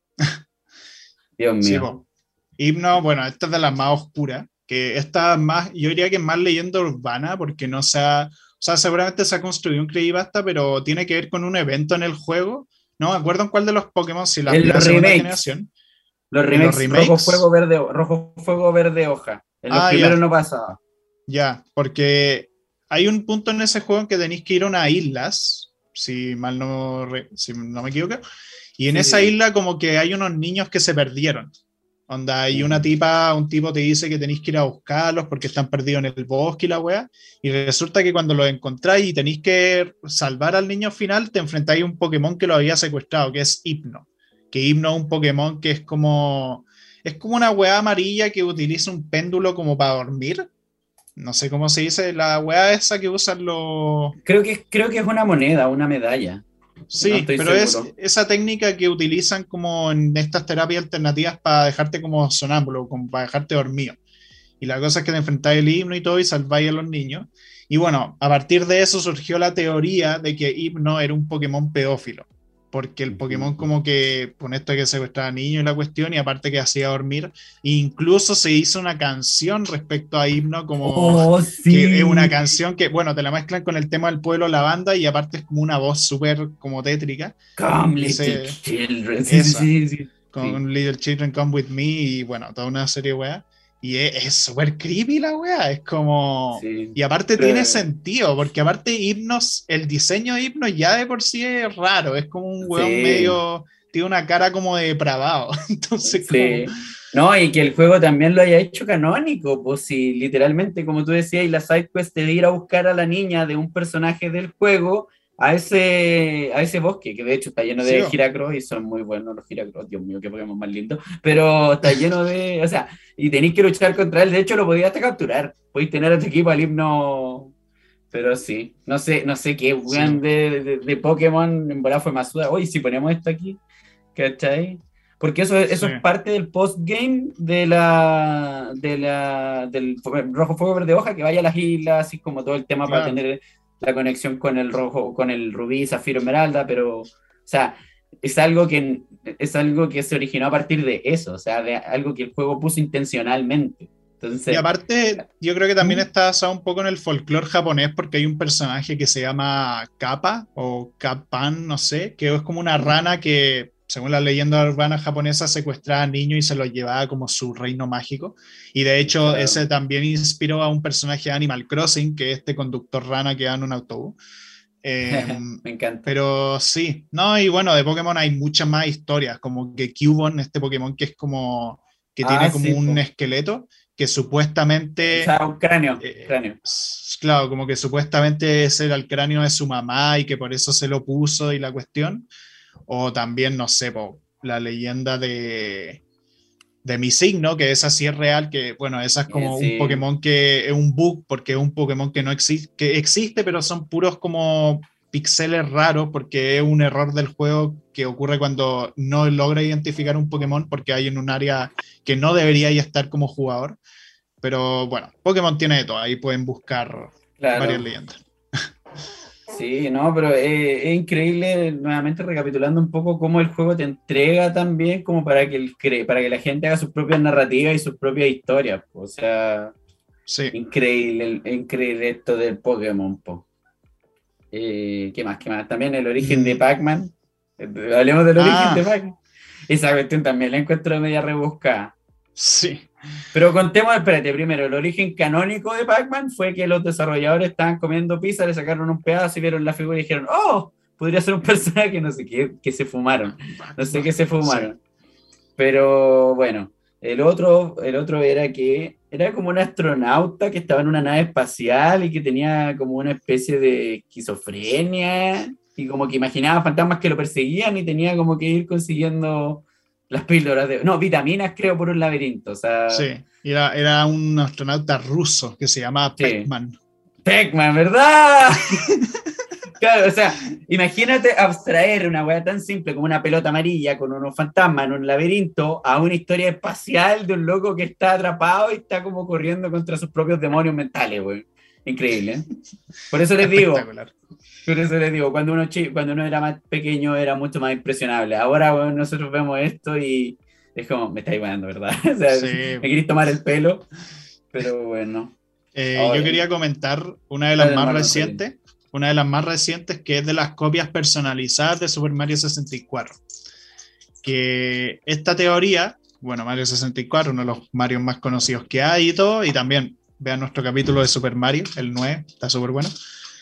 Dios Sí, mío. po. Himno, bueno, esta es de las más oscuras, que esta más, yo diría que es más leyenda urbana, porque no se ha, o sea, seguramente se ha construido un creepypasta, pero tiene que ver con un evento en el juego. No me acuerdo en cuál de los Pokémon, si la, En la los segunda remakes, generación, los en los remakes rojo remakes. fuego verde rojo fuego verde hoja. En los Ah, primeros ya, no pasaba. ya, porque hay un punto en ese juego en que tenéis que ir a unas islas, si mal no, re- si no me equivoco, y en Sí, sí, esa sí. isla como que hay unos niños que se perdieron. Onda, y una Mm. tipa, un tipo te dice que tenéis que ir a buscarlos porque están perdidos en el bosque y la wea. Y resulta que cuando los encontráis y tenéis que salvar al niño final, te enfrentáis a un Pokémon que lo había secuestrado, que es Hypno. Que Hypno es un Pokémon que es como. Es como una wea amarilla que utiliza un péndulo como para dormir. No sé cómo se dice, la wea esa que usan los. Creo que, creo que es una moneda, una medalla. No Sí, estoy pero es seguro. esa técnica que utilizan como en estas terapias alternativas para dejarte como sonámbulo, como para dejarte dormido. Y la cosa es que te enfrentáis el himno y todo y salváis a los niños. Y bueno, a partir de eso surgió la teoría de que Himno era un Pokémon pedófilo. Porque el Pokémon como que, con esto de que secuestraba a niños y la cuestión, y aparte que hacía dormir, e incluso se hizo una canción respecto a Himno como Oh, que es una sí. canción que, bueno, te la mezclan con el tema del pueblo, la banda, y aparte es como una voz súper como tétrica. Come, little Dice children. Sí, sí, esa, sí, sí. Sí, con Little Children Come With Me y bueno, toda una serie de weas. Y es es súper creepy la wea, es como... sí. Y aparte tiene Pero, sentido, porque aparte Hipnos, el diseño de Hipnos ya de por sí es raro, es como un weón sí, medio, tiene una cara como de depravado, entonces como... sí. No, y que el juego también lo haya hecho canónico, pues si literalmente, como tú decías, y la sidequest de ir a buscar a la niña de un personaje del juego a ese, a ese bosque, que de hecho está lleno Sí, de o- Giracross y son muy buenos los Giracross, Dios mío, qué Pokémon más lindo, pero está lleno de, o sea, y tenéis que luchar contra él, de hecho lo podías hasta capturar, podéis tener a tu equipo al himno, pero sí, no sé, no sé qué sí, weón o- de, de, de Pokémon en verdad fue más suda, oye, si ponemos esto aquí. ¿Cachai? Porque eso, eso sí, es parte del postgame de la, de la, del rojo fuego verde hoja, que vaya a las islas, así como todo el tema para claro. tener la conexión con el rojo, con el rubí, zafiro, esmeralda, pero, o sea, es algo que es algo que se originó a partir de eso, o sea, de algo que el juego puso intencionalmente. Y Entonces, aparte, yo creo que también ¿mm? está basado un poco en el folclore japonés porque hay un personaje que se llama Kappa o Kappan, no sé, que es como una rana que, según la leyenda urbana japonesa, secuestraba a niños y se los llevaba como su reino mágico. Y de hecho, ese Claro. también inspiró a un personaje de Animal Crossing, que es este conductor rana que va en un autobús. Eh, Me encanta. pero sí, no, y bueno, de Pokémon hay muchas más historias, como que Cubone, este Pokémon que es como, que Ah, tiene como sí, un po. esqueleto, que O supuestamente, sea, un cráneo, eh, cráneo. s- claro, como que supuestamente ese era el cráneo de su mamá y que por eso se lo puso y la cuestión, o también, no sé, po, la leyenda de, de mi signo, que esa sí es real, que bueno, esa es Eh, como un sí, Pokémon que es un bug, porque es un Pokémon que no existe, que existe, pero son puros como píxeles raros, porque es un error del juego que ocurre cuando no logra identificar un Pokémon, porque hay en un área que no debería ya estar como jugador. Pero bueno, Pokémon tiene de todo, ahí pueden buscar varias claro. leyendas. Sí, no, pero es, es increíble, nuevamente recapitulando un poco cómo el juego te entrega también como para que, el cre- para que la gente haga sus propias narrativas y sus propias historias, po. O sea, Sí. increíble, increíble esto del Pokémon, po. Eh, ¿qué más? ¿Qué más? También el origen de Mm, Pac-Man. Eh, Hablemos del origen ah, de Pac-Man. Esa cuestión también la encuentro media rebuscada. sí, Pero contemos, espérate, primero, el origen canónico de Pac-Man fue que los desarrolladores estaban comiendo pizza, le sacaron un pedazo y vieron la figura y dijeron, oh, podría ser un personaje, no sé qué, que se fumaron, no sé qué se sí. fumaron. Pero bueno, el otro, el otro era que era como un astronauta que estaba en una nave espacial y que tenía como una especie de esquizofrenia y como que imaginaba fantasmas que lo perseguían y tenía como que ir consiguiendo Las píldoras de... No, vitaminas creo por un laberinto, o sea... Sí, era, era un astronauta ruso que se llamaba Sí. Pac-Man. Pac-Man, ¿verdad? Claro, o sea, imagínate abstraer una weá tan simple como una pelota amarilla con unos fantasmas en un laberinto a una historia espacial de un loco que está atrapado y está como corriendo contra sus propios demonios mentales, güey. Increíble, ¿eh? Por eso les digo, por eso les digo, cuando uno, cuando uno era más pequeño era mucho más impresionable. Ahora, bueno, nosotros vemos esto y es como, me estáis guayando, ¿verdad? O sea, sí. Me queréis tomar el pelo, pero bueno. Eh, yo quería comentar una de las más recientes. Una de las más recientes, que es de las copias personalizadas de Super Mario sesenta y cuatro. Que esta teoría, bueno, Mario sesenta y cuatro, uno de los Marios más conocidos que hay y todo, y también vean nuestro capítulo de Super Mario, el nueve, está súper bueno.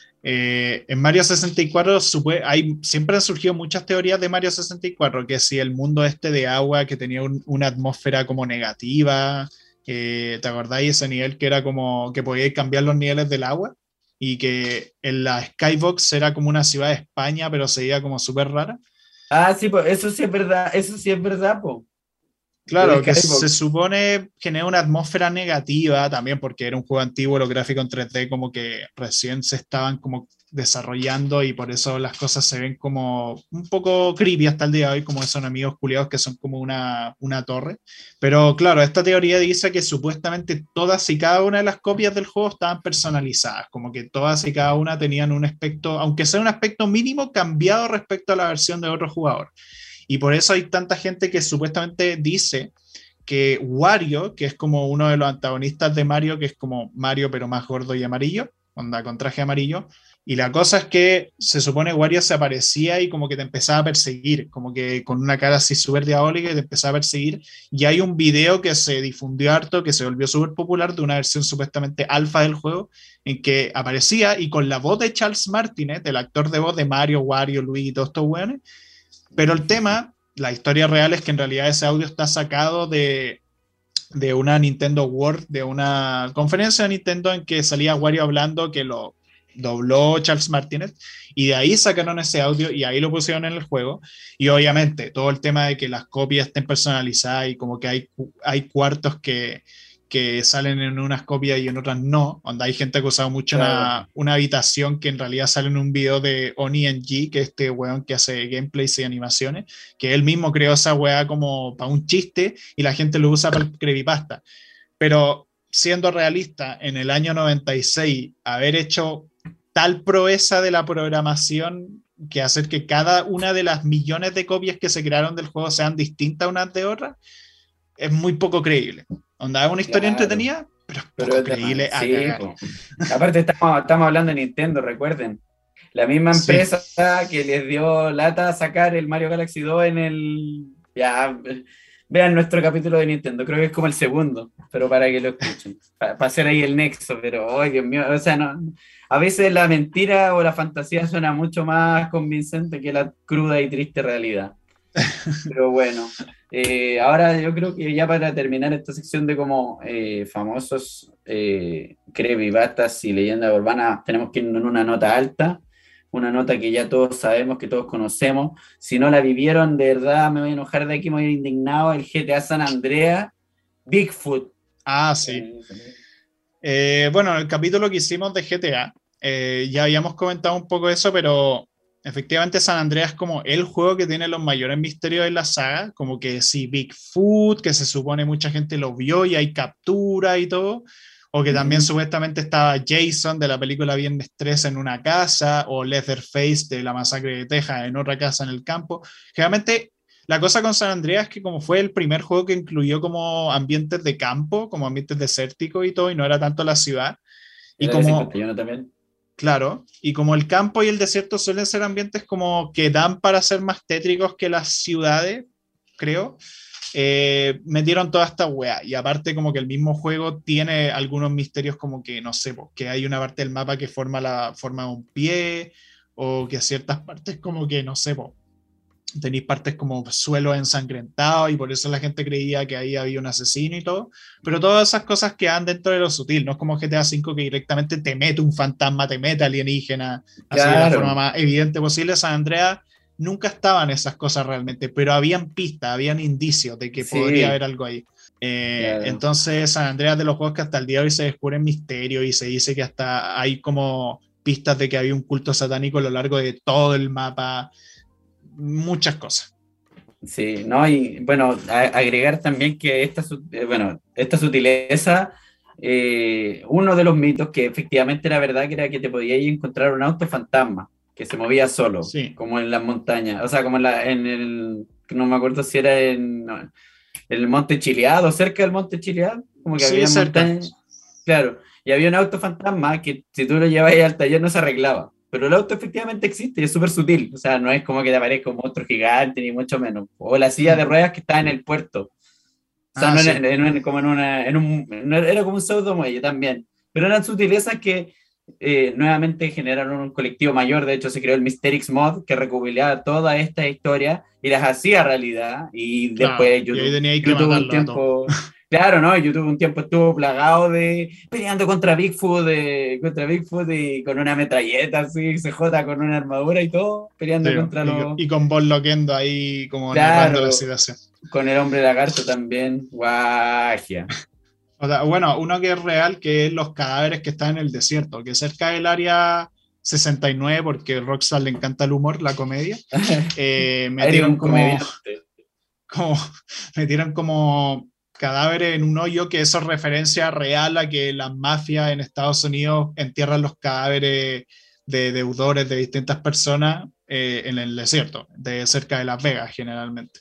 Eh, en Mario sesenta y cuatro hay, siempre han surgido muchas teorías de Mario sesenta y cuatro, que si el mundo este de agua, que tenía un, una atmósfera como negativa, eh, ¿te acordáis ese nivel que era como que podíais cambiar los niveles del agua? Y que en la Skybox era como una ciudad de España, pero se veía como súper rara. Ah, sí, pues eso sí es verdad, eso sí es verdad, po. Claro, que se supone genera una atmósfera negativa también, porque era un juego antiguo, los gráficos en tres D como que recién se estaban como desarrollando y por eso las cosas se ven como un poco creepy hasta el día de hoy, como son amigos culiados que son como una, una torre. Pero claro, esta teoría dice que supuestamente todas y cada una de las copias del juego estaban personalizadas, como que todas y cada una tenían un aspecto, aunque sea un aspecto mínimo, cambiado respecto a la versión de otro jugador. Y por eso hay tanta gente que supuestamente dice que Wario, que es como uno de los antagonistas de Mario, que es como Mario pero más gordo y amarillo, onda con traje amarillo, y la cosa es que se supone Wario se aparecía y como que te empezaba a perseguir, como que con una cara así súper diabólica y te empezaba a perseguir, y hay un video que se difundió harto, que se volvió súper popular, de una versión supuestamente alfa del juego, en que aparecía y con la voz de Charles Martinet, el actor de voz de Mario, Wario, Luigi y todos estos weones. Pero el tema, la historia real es que en realidad ese audio está sacado de, de una Nintendo World, de una conferencia de Nintendo en que salía Wario hablando, que lo dobló Charles Martinet, y de ahí sacaron ese audio y ahí lo pusieron en el juego. Y obviamente todo el tema de que las copias estén personalizadas y como que hay, hay cuartos que... que salen en unas copias y en otras no, donde hay gente que ha usado mucho claro. una, una habitación que en realidad sale en un video de Oni N G, que es este weón que hace gameplays y animaciones, que él mismo creó esa weá como para un chiste y la gente lo usa para el creepypasta. Pero siendo realista, en el año noventa y seis, haber hecho tal proeza de la programación que hacer que cada una de las millones de copias que se crearon del juego sean distintas unas de otras, es muy poco creíble. Onda, es una historia claro. entretenida, pero es poco pero creíble. Sí, aparte estamos, estamos hablando de Nintendo, recuerden. La misma empresa sí. que les dio lata a sacar el Mario Galaxy dos en el... Ya, vean nuestro capítulo de Nintendo, creo que es como el segundo, pero para que lo escuchen, para, para hacer ahí el nexo, pero, ay, Dios mío, o sea, no, a veces la mentira o la fantasía suena mucho más convincente que la cruda y triste realidad. Pero bueno, eh, ahora yo creo que ya para terminar esta sección de como eh, famosos eh, creepypastas y leyendas urbanas, tenemos que ir en una nota alta, una nota que ya todos sabemos, que todos conocemos. Si no la vivieron, de verdad me voy a enojar de aquí, me voy a ir indignado. El G T A San Andreas, Bigfoot. Ah, sí. Eh, bueno, en el capítulo que hicimos de G T A, eh, ya habíamos comentado un poco eso, pero... Efectivamente, San Andreas es como el juego que tiene los mayores misterios en la saga, como que sí, Bigfoot, que se supone mucha gente lo vio y hay captura y todo, o que también mm. supuestamente estaba Jason de la película Viernes trece en una casa, o Leatherface de la masacre de Texas en otra casa en el campo. Generalmente, la cosa con San Andreas es que como fue el primer juego que incluyó como ambientes de campo, como ambientes desérticos y todo, y no era tanto la ciudad. Y era como... cincuenta y uno también. Claro, y como el campo y el desierto suelen ser ambientes como que dan para ser más tétricos que las ciudades, creo, eh, metieron toda esta weá. Y aparte como que el mismo juego tiene algunos misterios como que, no sé, que hay una parte del mapa que forma la forma de un pie, o que ciertas partes como que, no sé, tenéis partes como suelo ensangrentado y por eso la gente creía que ahí había un asesino y todo, pero todas esas cosas quedan dentro de lo sutil, no es como G T A cinco que directamente te mete un fantasma, te mete alienígena, claro. Así de la forma más evidente posible. San Andreas nunca estaban esas cosas realmente, pero habían pistas, habían indicios de que Sí, podría haber algo ahí. Eh, claro. entonces, San Andreas, de los juegos que hasta el día de hoy se descubren misterios y se dice que hasta hay como pistas de que había un culto satánico a lo largo de todo el mapa, muchas cosas. Sí, no, y bueno, a- agregar también que esta, su- eh, bueno, esta sutileza, eh, uno de los mitos que efectivamente era verdad, que era que te podías encontrar un auto fantasma que se movía solo, Sí, como en las montañas, o sea, como en, la, en el, no me acuerdo si era en, no, en el Monte Chileado, cerca del Monte Chileado, como que sí, había cerca. montañas, claro, y había un auto fantasma que si tú lo llevabas al taller no se arreglaba. Pero el auto efectivamente existe y es súper sutil. O sea, no es como que te aparezca un monstruo gigante, ni mucho menos. O la silla de Hmm. ruedas que está en el puerto. O sea, Ah, no era, sí. no era como en una. En un, no era era como un pseudo muelle también. Pero eran sutilezas que eh, nuevamente generaron un colectivo mayor. De hecho, se creó el Mysterix Mod que recopilaba todas estas historias y las hacía realidad. Y Claro, después y ahí YouTube, teníais que YouTube un matarlo a todos. tiempo. Claro, ¿no? YouTube un tiempo estuvo plagado de peleando contra Bigfoot, de, contra Bigfoot y con una metralleta así, C J con una armadura y todo, Sí, peleando contra y, los. y con Bob Loquendo ahí como narrando la Claro, situación. con el hombre lagarto también. Guagia. O sea, bueno, uno que es real, que es los cadáveres que están en el desierto, que cerca del área sesenta y nueve, porque a Rockstar le encanta el humor, la comedia, eh, Eres metieron un como, comediante. como, metieron como cadáveres en un hoyo, que eso es referencia real a que las mafias en Estados Unidos entierran los cadáveres de deudores de distintas personas eh, en el desierto, de cerca de Las Vegas generalmente.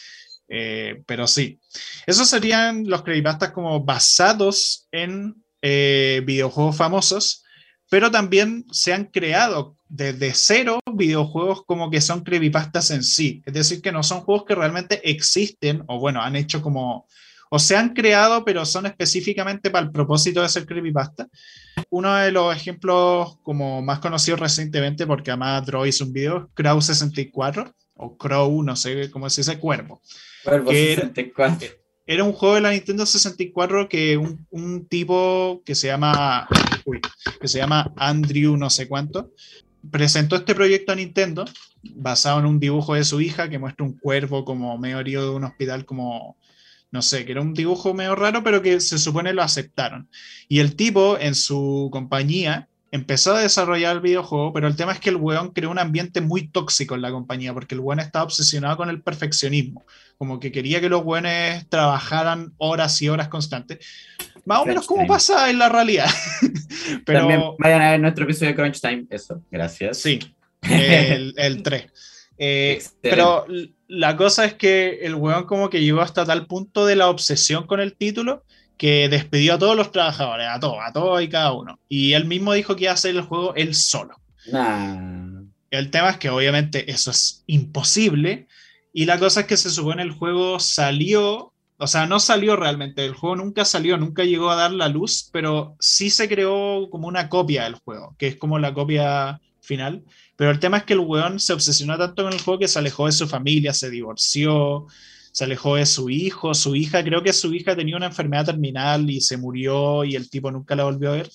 Eh, pero sí, esos serían los creepypastas como basados en eh, videojuegos famosos, pero también se han creado desde cero videojuegos como que son creepypastas en sí. Es decir, que no son juegos que realmente existen o bueno, han hecho como, o se han creado, pero son específicamente para el propósito de ser creepypasta. Uno de los ejemplos como más conocidos recientemente, porque además Droid hizo un video, Crow sesenta y cuatro, o Crow, no sé cómo se dice, Cuervo, Cuervo que era, sesenta y cuatro. era un juego de la Nintendo sesenta y cuatro que un, un tipo que se llama, uy, que se llama Andrew no sé cuánto, presentó este proyecto a Nintendo basado en un dibujo de su hija que muestra un cuervo como medio herido de un hospital como no sé, que era un dibujo medio raro, pero que se supone lo aceptaron. Y el tipo en su compañía empezó a desarrollar el videojuego, pero el tema es que el weón creó un ambiente muy tóxico en la compañía, porque el weón estaba obsesionado con el perfeccionismo, como que quería que los weones trabajaran horas y horas constantes, más o menos Crunch como Time. pasa en la realidad. También Pero vayan a ver nuestro episodio de Crunch Time. Eso, gracias. sí, el, el tres. Eh, Excelente. pero la cosa es que el weón como que llegó hasta tal punto de la obsesión con el título que despidió a todos los trabajadores, a todos, a todos y cada uno. Y él mismo dijo que iba a hacer el juego él solo. Nah. El tema es que obviamente eso es imposible y la cosa es que se supone el juego salió, o sea, no salió realmente, el juego nunca salió, nunca llegó a dar la luz, pero sí se creó como una copia del juego, que es como la copia final. Pero el tema es que el weón se obsesionó tanto con el juego que se alejó de su familia, se divorció, se alejó de su hijo, su hija, creo que su hija tenía una enfermedad terminal y se murió y el tipo nunca la volvió a ver.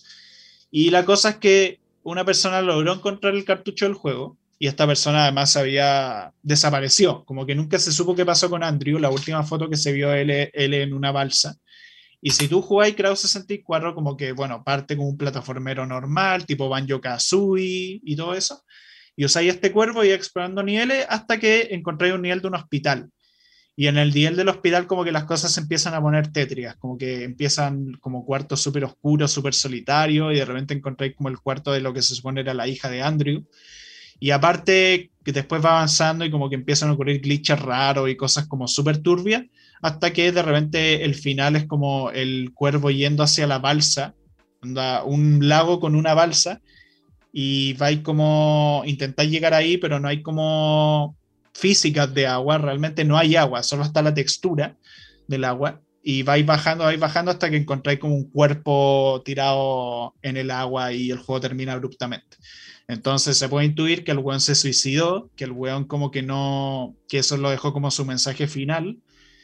Y la cosa es que una persona logró encontrar el cartucho del juego y esta persona además había desapareció, como que nunca se supo qué pasó con Andrew, la última foto que se vio él, él en una balsa. Y si tú jugáis Kraw sesenta y cuatro, como que, bueno, parte como un plataformero normal, tipo Banjo-Kazooie y todo eso, y usáis este cuervo y explorando niveles hasta que encontráis un nivel de un hospital. Y en el nivel del hospital como que las cosas se empiezan a poner tétricas, como que empiezan como cuartos súper oscuros, súper solitarios, y de repente encontráis como el cuarto de lo que se supone era la hija de Andrew. Y aparte que después va avanzando y como que empiezan a ocurrir glitches raros y cosas como súper turbias, hasta que de repente el final es como el cuervo yendo hacia la balsa, un lago con una balsa, y vais como intentáis llegar ahí, pero no hay como físicas de agua, realmente no hay agua, solo está la textura del agua. Y vais bajando, vais bajando hasta que encontráis como un cuerpo tirado en el agua y el juego termina abruptamente. Entonces se puede intuir que el weón se suicidó, que el weón como que no, que eso lo dejó como su mensaje final.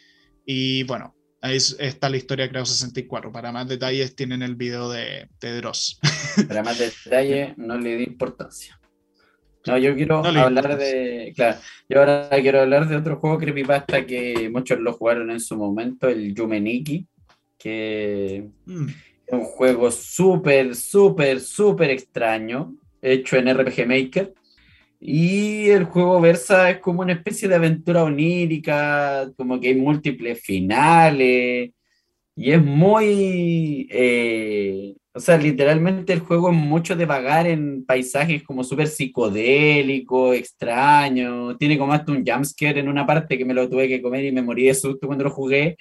Y bueno, ahí está la historia de Creo sesenta y cuatro. Para más detalles tienen el video de, de Dross. Para más detalle, no le di importancia. No, yo quiero No le hablar importa. de. Claro, yo ahora quiero hablar de otro juego creepypasta que muchos lo jugaron en su momento, el Yume Nikki, que es Mm, un juego súper, súper, súper extraño, hecho en R P G Maker. Y el juego versa es como una especie de aventura onírica, como que hay múltiples finales, y es muy, eh, o sea, literalmente el juego es mucho de vagar en paisajes como súper psicodélico, extraño, tiene como hasta un jumpscare en una parte que me lo tuve que comer y me morí de susto cuando lo jugué,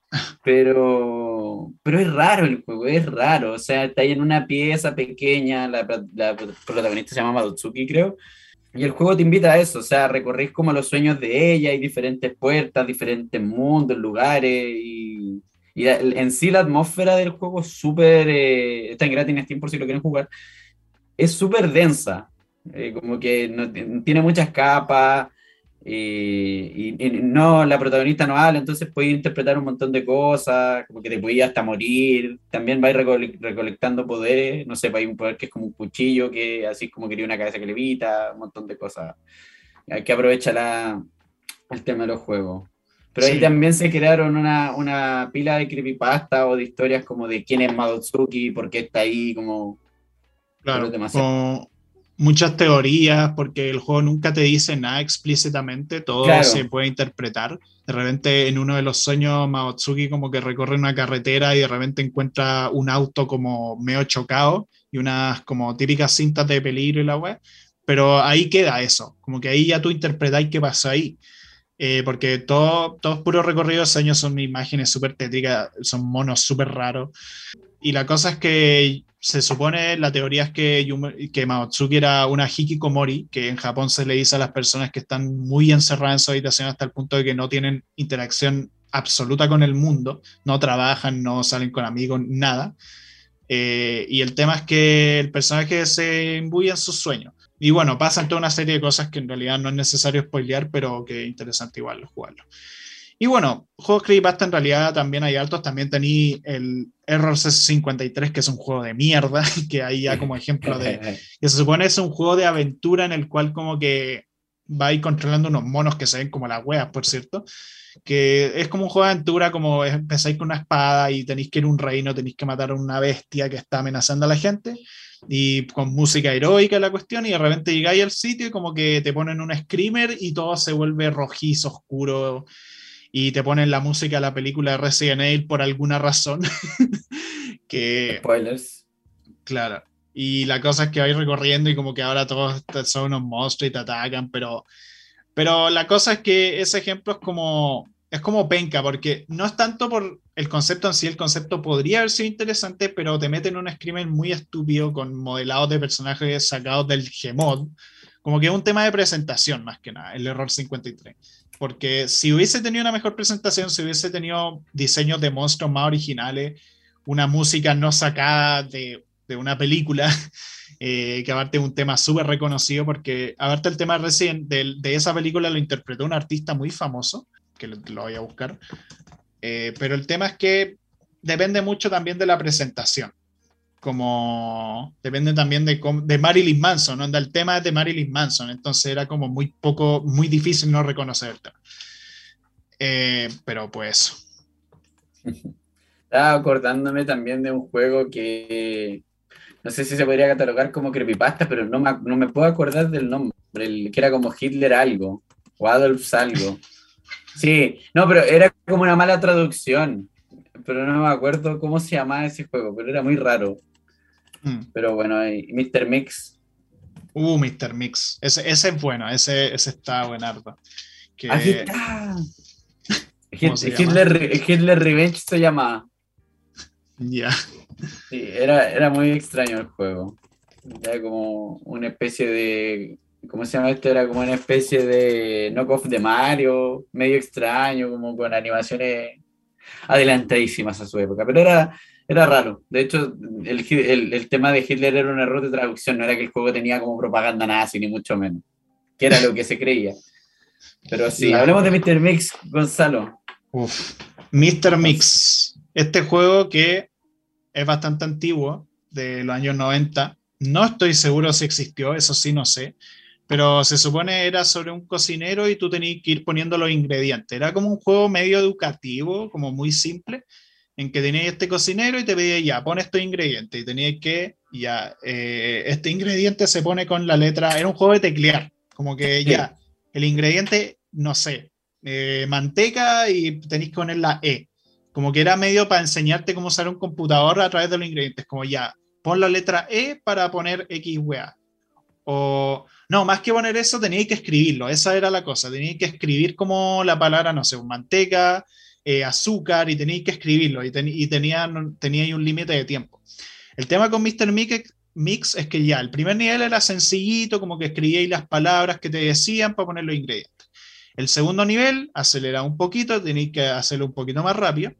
pero, pero es raro el juego, es raro, o sea, está ahí en una pieza pequeña, la, la protagonista se llama Madutsuki, creo, y el juego te invita a eso, o sea, recorrís como los sueños de ella, hay diferentes puertas, diferentes mundos, lugares, y, y la- en sí la atmósfera del juego es súper, eh, está en gratis en Steam por si lo quieren jugar, es súper densa, eh, como que no, tiene muchas capas, eh, y, y no, la protagonista no habla, entonces puedes interpretar un montón de cosas, como que te podías hasta morir, también vais recole- recolectando poderes, no sé, pues hay un poder que es como un cuchillo, que así como quería una cabeza que levita, un montón de cosas, hay que aprovechar la, el tema de los juegos. Pero ahí sí, también se crearon una, una pila de creepypasta o de historias como de quién es Madotsuki, por qué está ahí, como, pero es claro. demasiado. Con muchas teorías, porque el juego nunca te dice nada explícitamente, todo se Claro, puede interpretar. De repente, en uno de los sueños, Maotsuki como que recorre una carretera y de repente encuentra un auto como medio chocado y unas como típicas cintas de peligro y la web. Pero ahí queda eso, como que ahí ya tú interpretáis qué pasó ahí. Eh, porque todo, todo es puro recorrido de sueños, son imágenes súper tétricas, son monos súper raros. Y la cosa es que se supone, la teoría es que, Yume- que Maotsuki era una hikikomori, que en Japón se le dice a las personas que están muy encerradas en su habitación hasta el punto de que no tienen interacción absoluta con el mundo, no trabajan, no salen con amigos, nada. Eh, y el tema es que el personaje se imbuye en sus sueños. Y bueno, pasan toda una serie de cosas que en realidad no es necesario spoilear, pero que es interesante igual jugarlo. Y bueno, juegos creepypasta en realidad también hay altos. También tení el Error C cincuenta y tres, que es un juego de mierda, que ahí ya como ejemplo de... que se supone es un juego de aventura en el cual como que vais controlando unos monos que se ven como las weas, por cierto, que es como un juego de aventura, como empezáis con una espada y tenéis que ir a un reino, tenéis que matar a una bestia que está amenazando a la gente, y con música heroica la cuestión, y de repente llegáis al sitio y como que te ponen un screamer y todo se vuelve rojizo, oscuro, y te ponen la música de la película de Resident Evil por alguna razón, que, spoilers. claro, y la cosa es que vais recorriendo y como que ahora todos son unos monstruos y te atacan, pero, pero la cosa es que ese ejemplo es como, es como penca, porque no es tanto por el concepto en sí, el concepto podría haber sido interesante, pero te meten un screamer muy estúpido con modelados de personajes sacados del Gmod, como que es un tema de presentación más que nada, el error cincuenta y tres. Porque si hubiese tenido una mejor presentación, si hubiese tenido diseños de monstruos más originales, una música no sacada de, de una película, eh, que aparte es un tema súper reconocido, porque aparte el tema Resident de, de esa película lo interpretó un artista muy famoso, que lo, lo voy a buscar, eh, pero el tema es que depende mucho también de la presentación, como depende también de, de Marilyn Manson, ¿no? El tema es de Marilyn Manson, entonces era como muy poco, muy difícil no reconocer el tema. Eh, pero pues, Estaba acordándome también de un juego que no sé si se podría catalogar como creepypasta, pero no me, no me puedo acordar del nombre, el, que era como Hitler algo, o Adolf algo. Sí, no, pero era como una mala traducción, pero no me acuerdo cómo se llamaba ese juego, pero era muy raro. mm. Pero bueno, eh, míster Mix. uh, mister Mix, ese, ese es bueno, ese, ese está buenardo. Aquí Que, está. ¿cómo Hit- se llama? Hitler, Hitler Revenge se llamaba. Ya. Yeah. Sí, era, era muy extraño el juego. Era como una especie de. ¿Cómo se llama esto? Era como una especie de knockoff de Mario, medio extraño, como con animaciones adelantadísimas a su época. Pero era, era raro. De hecho, el, el, el tema de Hitler era un error de traducción, no era que el juego tenía como propaganda nazi, ni mucho menos, que era lo que se creía. Pero sí, La, hablemos de míster Mix, Gonzalo. uf. mister Gonz- Mix, este juego que es bastante antiguo, de los años noventa. No estoy seguro si existió, eso sí, no sé. pero se supone era sobre un cocinero y tú tenías que ir poniendo los ingredientes. Era como un juego medio educativo, como muy simple, en que tenías este cocinero y te pedía ya, pon estos ingredientes y tenías que, ya, eh, este ingrediente se pone con la letra, era un juego de teclear, como que Sí, ya, el ingrediente, no sé, eh, manteca y tenéis que poner la E. Como que era medio para enseñarte cómo usar un computador a través de los ingredientes, como ya, pon la letra E para poner X, weá. O, no, más que poner eso, teníais que escribirlo, esa era la cosa, teníais que escribir como la palabra, no sé, manteca, eh, azúcar, y teníais que escribirlo, y, ten, y tenían, teníais un límite de tiempo. El tema con míster Mix, Mix es que ya, el primer nivel era sencillito, como que escribíais las palabras que te decían para poner los ingredientes. El segundo nivel, aceleraba un poquito, tenéis que hacerlo un poquito más rápido.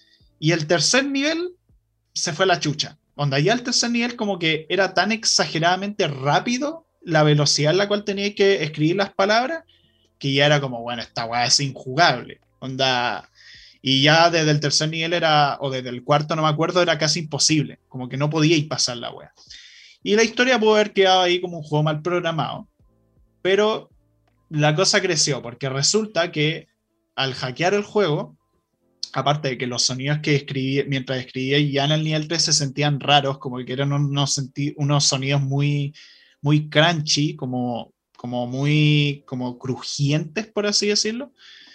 Y el tercer nivel se fue a la chucha. Onda, ya el tercer nivel como que era tan exageradamente rápido la velocidad en la cual tenía que escribir las palabras, que ya era como, bueno, esta weá es injugable. Onda, y ya desde el tercer nivel era, o desde el cuarto, no me acuerdo, era casi imposible. Como que no podíais pasar la weá. Y la historia pudo haber quedado ahí como un juego mal programado. Pero la cosa creció, porque resulta que al hackear el juego, aparte de que los sonidos que escribí mientras escribía ya en el nivel tres se sentían raros, como que eran unos, unos sonidos muy, muy crunchy, como, como muy como crujientes, por así decirlo.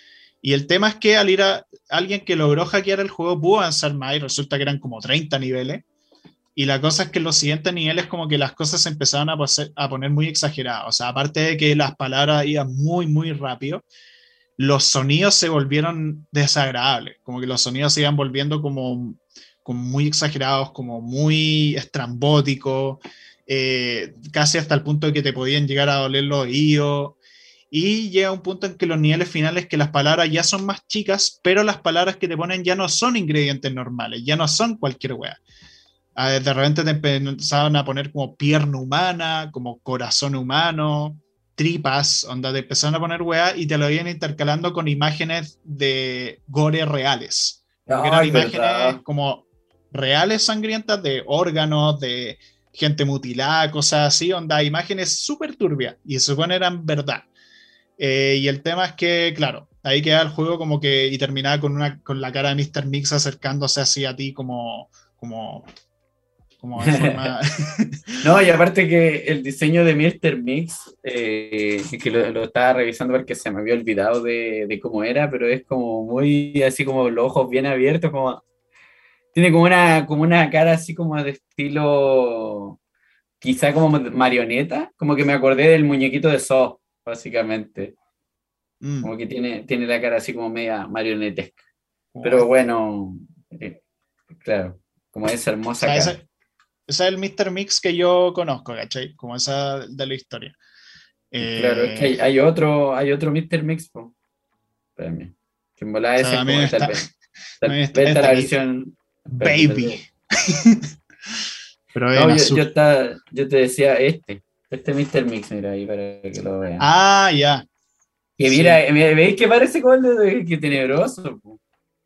Y el tema es que al ir a alguien que logró hackear el juego pudo avanzar más y resulta que eran como treinta niveles. Y la cosa es que en los siguientes niveles como que las cosas se empezaron a, poser, a poner muy exageradas. O sea, aparte de que las palabras iban muy, muy rápido, los sonidos se volvieron desagradables, como que los sonidos se iban volviendo como, como muy exagerados, como muy estrambóticos, eh, casi hasta el punto de que te podían llegar a doler los oídos. Y llega un punto en que los niveles finales que las palabras ya son más chicas, pero las palabras que te ponen ya no son ingredientes normales, ya no son cualquier wea. De repente te empezaban a poner como pierna humana, como corazón humano, tripas, onda, te empezaron a poner weá y te lo iban intercalando con imágenes de gore reales. Como que eran ay, imágenes verdad. como reales sangrientas de órganos, de gente mutilada, cosas así, onda, imágenes súper turbias y se supone eran verdad. Eh, y el tema es que, claro, ahí queda el juego como que y terminaba con, una, con la cara de míster Mix acercándose así a ti como, como como de forma... No, y aparte que el diseño de míster Mix, eh, que lo, lo estaba revisando porque se me había olvidado de, de cómo era, pero es como muy así como los ojos bien abiertos, como tiene como una, como una cara así como de estilo, quizá como marioneta, como que me acordé del muñequito de Saw, básicamente, mm, como que tiene, tiene la cara así como media marionetesca, como pero este. bueno, eh, claro, como esa O hermosa sea, ese, cara. ese es el míster Mix que yo conozco, ¿cachai? Como esa de la historia. Claro, es que Eh, hay, hay otro, hay otro míster Mix, po. Espérame. Que en o volada sea, ese es también como, tal está, vez, tal también está vez está este la aquí, versión, espérate, tal Baby. vez. Pero en No, yo, yo, azul. está, yo te decía este, este míster Mix, mira ahí para que lo vean. Ah, ya. Que mira, Sí. ¿me- ¿veis que parece como el de que tenebroso? Po.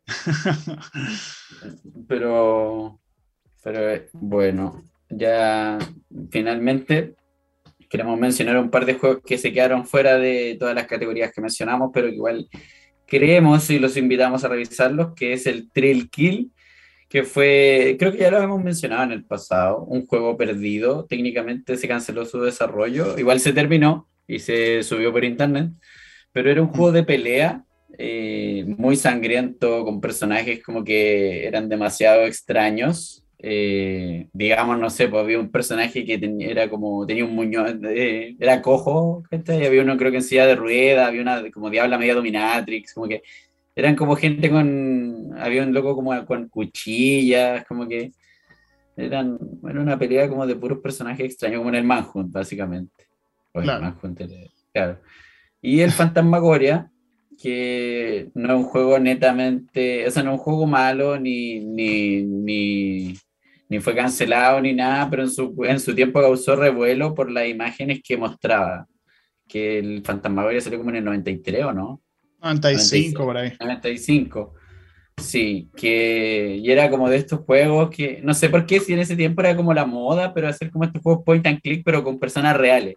Pero, pero eh, bueno, ya finalmente queremos mencionar un par de juegos que se quedaron fuera de todas las categorías que mencionamos, pero que igual creemos y los invitamos a revisarlos, que es el Thrill Kill, que fue, creo que ya lo hemos mencionado en el pasado, un juego perdido, técnicamente se canceló su desarrollo, igual se terminó y se subió por internet, pero era un juego Mm, de pelea eh, muy sangriento, con personajes como que eran demasiado extraños. Eh, digamos, no sé, pues había un personaje que ten- era como, tenía un muñón, eh, era cojo, ¿cachai? Había uno creo que en silla de rueda, había una como diabla media dominatrix, como que eran como gente con, había un loco como con cuchillas, como que eran, era una pelea como de puros personajes extraños, como en el Manhunt, básicamente. O el claro. Manhunt, era- claro. Y el Fantasmagoria, que no es un juego netamente, o sea, no es un juego malo, ni, ni, ni, ni fue cancelado, ni nada, pero en su, en su tiempo causó revuelo por las imágenes que mostraba, que el Fantasmagoria salió como en el noventa y tres, ¿o no? noventa y noventa y cinco seis, por ahí. noventa y cinco. Sí, que y era como de estos juegos que no sé por qué, si en ese tiempo era como la moda, pero hacer como estos juegos point and click, pero con personas reales.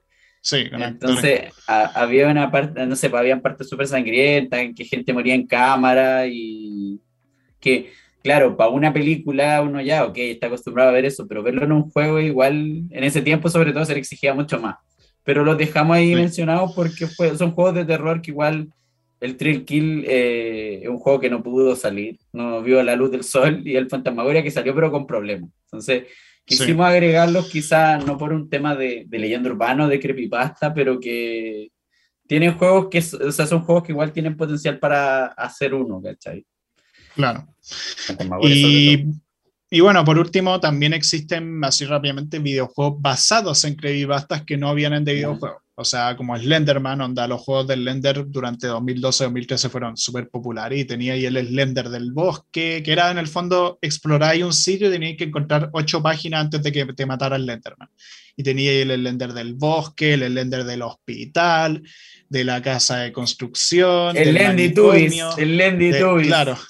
Sí, con Entonces, actores. a- había una parte, no sé, pues, habían partes súper sangrientas en que gente moría en cámara y que, claro, para una película uno ya, ok, está acostumbrado a ver eso, pero verlo en un juego igual, en ese tiempo sobre todo se le exigía mucho más. Pero los dejamos ahí Sí, mencionados porque fue- son juegos de terror que igual el Thrill Kill eh, es un juego que no pudo salir, no vio la luz del sol y el Fantasmagoria que salió pero con problemas. Entonces, sí, quisimos agregarlos quizás no por un tema de, de leyenda urbana, de creepypasta, pero que tienen juegos que, o sea, son juegos que igual tienen potencial para hacer uno, ¿cachai? claro. Fantasmagoria sobre todo. Y, y bueno, por último, también existen, así rápidamente, videojuegos basados en creepypastas que no vienen de Ya. videojuegos. O sea, como Slenderman, onda, los juegos del Slender durante dos mil doce dos mil trece fueron súper populares y tenía ahí el Slender del bosque, que era en el fondo explorar un sitio y tenías que encontrar ocho páginas antes de que te matara el Slenderman. Y tenía ahí el Slender del bosque, el Slender del hospital, de la casa de construcción, El del Lendy Tubis, manicomio, el Lendy de, Tubis. claro,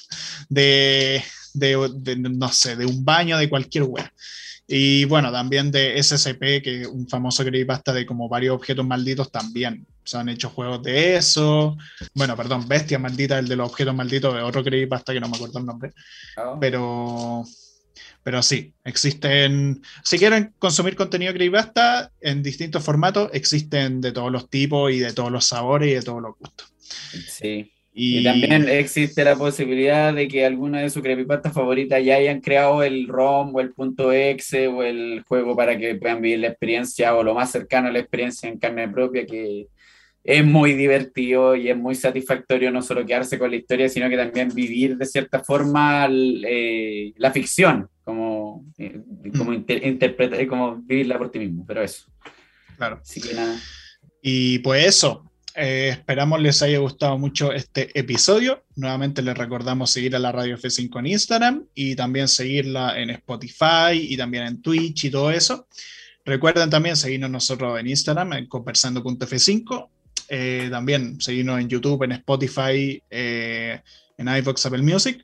de, de, de, no sé, de un baño, de cualquier web. Y bueno, también de S C P, que es un famoso creepypasta de como varios objetos malditos también. Se han hecho juegos de eso. Bueno, perdón, Bestia Maldita, el de los objetos malditos, es otro creepypasta que no me acuerdo el nombre. Oh. Pero, pero sí, existen. Si quieren consumir contenido creepypasta en distintos formatos, existen de todos los tipos y de todos los sabores y de todos los gustos. Sí. Y Y también existe la posibilidad de que alguna de sus creepypastas favoritas ya hayan creado el ROM o el punto .exe o el juego para que puedan vivir la experiencia o lo más cercano a la experiencia en carne propia, que es muy divertido y es muy satisfactorio no solo quedarse con la historia, sino que también vivir de cierta forma eh, la ficción, como, eh, como, mm, inter- interpreta- eh, como vivirla por ti mismo, pero eso. claro. Así que nada, Y pues eso, eh, esperamos les haya gustado mucho este episodio. Nuevamente les recordamos seguir a la Radio F cinco en Instagram y también seguirla en Spotify y también en Twitch y todo eso. Recuerden también seguirnos nosotros en Instagram en conversando punto f cinco. Eh, también seguirnos en YouTube, en Spotify, eh, en iVoox, Apple Music.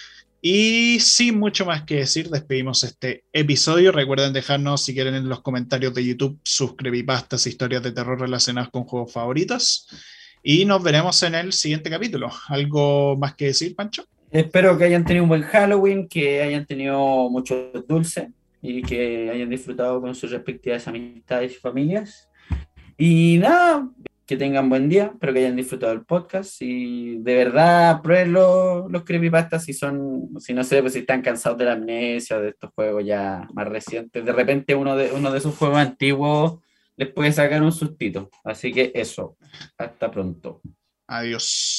Y sin mucho más que decir, despedimos este episodio. Recuerden dejarnos, si quieren, en los comentarios de YouTube sus creepypastas, historias de terror relacionadas con juegos favoritos. Y nos veremos en el siguiente capítulo. ¿Algo más que decir, Pancho? espero que hayan tenido un buen Halloween, que hayan tenido muchos dulces y que hayan disfrutado con sus respectivas amistades y familias. Y nada, que tengan buen día, espero que hayan disfrutado el podcast y de verdad prueben los, los creepypastas si son, si no sé, pues si están cansados de la amnesia o de estos juegos ya más recientes. De repente uno de, uno de esos juegos antiguos les puede sacar un sustito. Así que eso, hasta pronto. Adiós.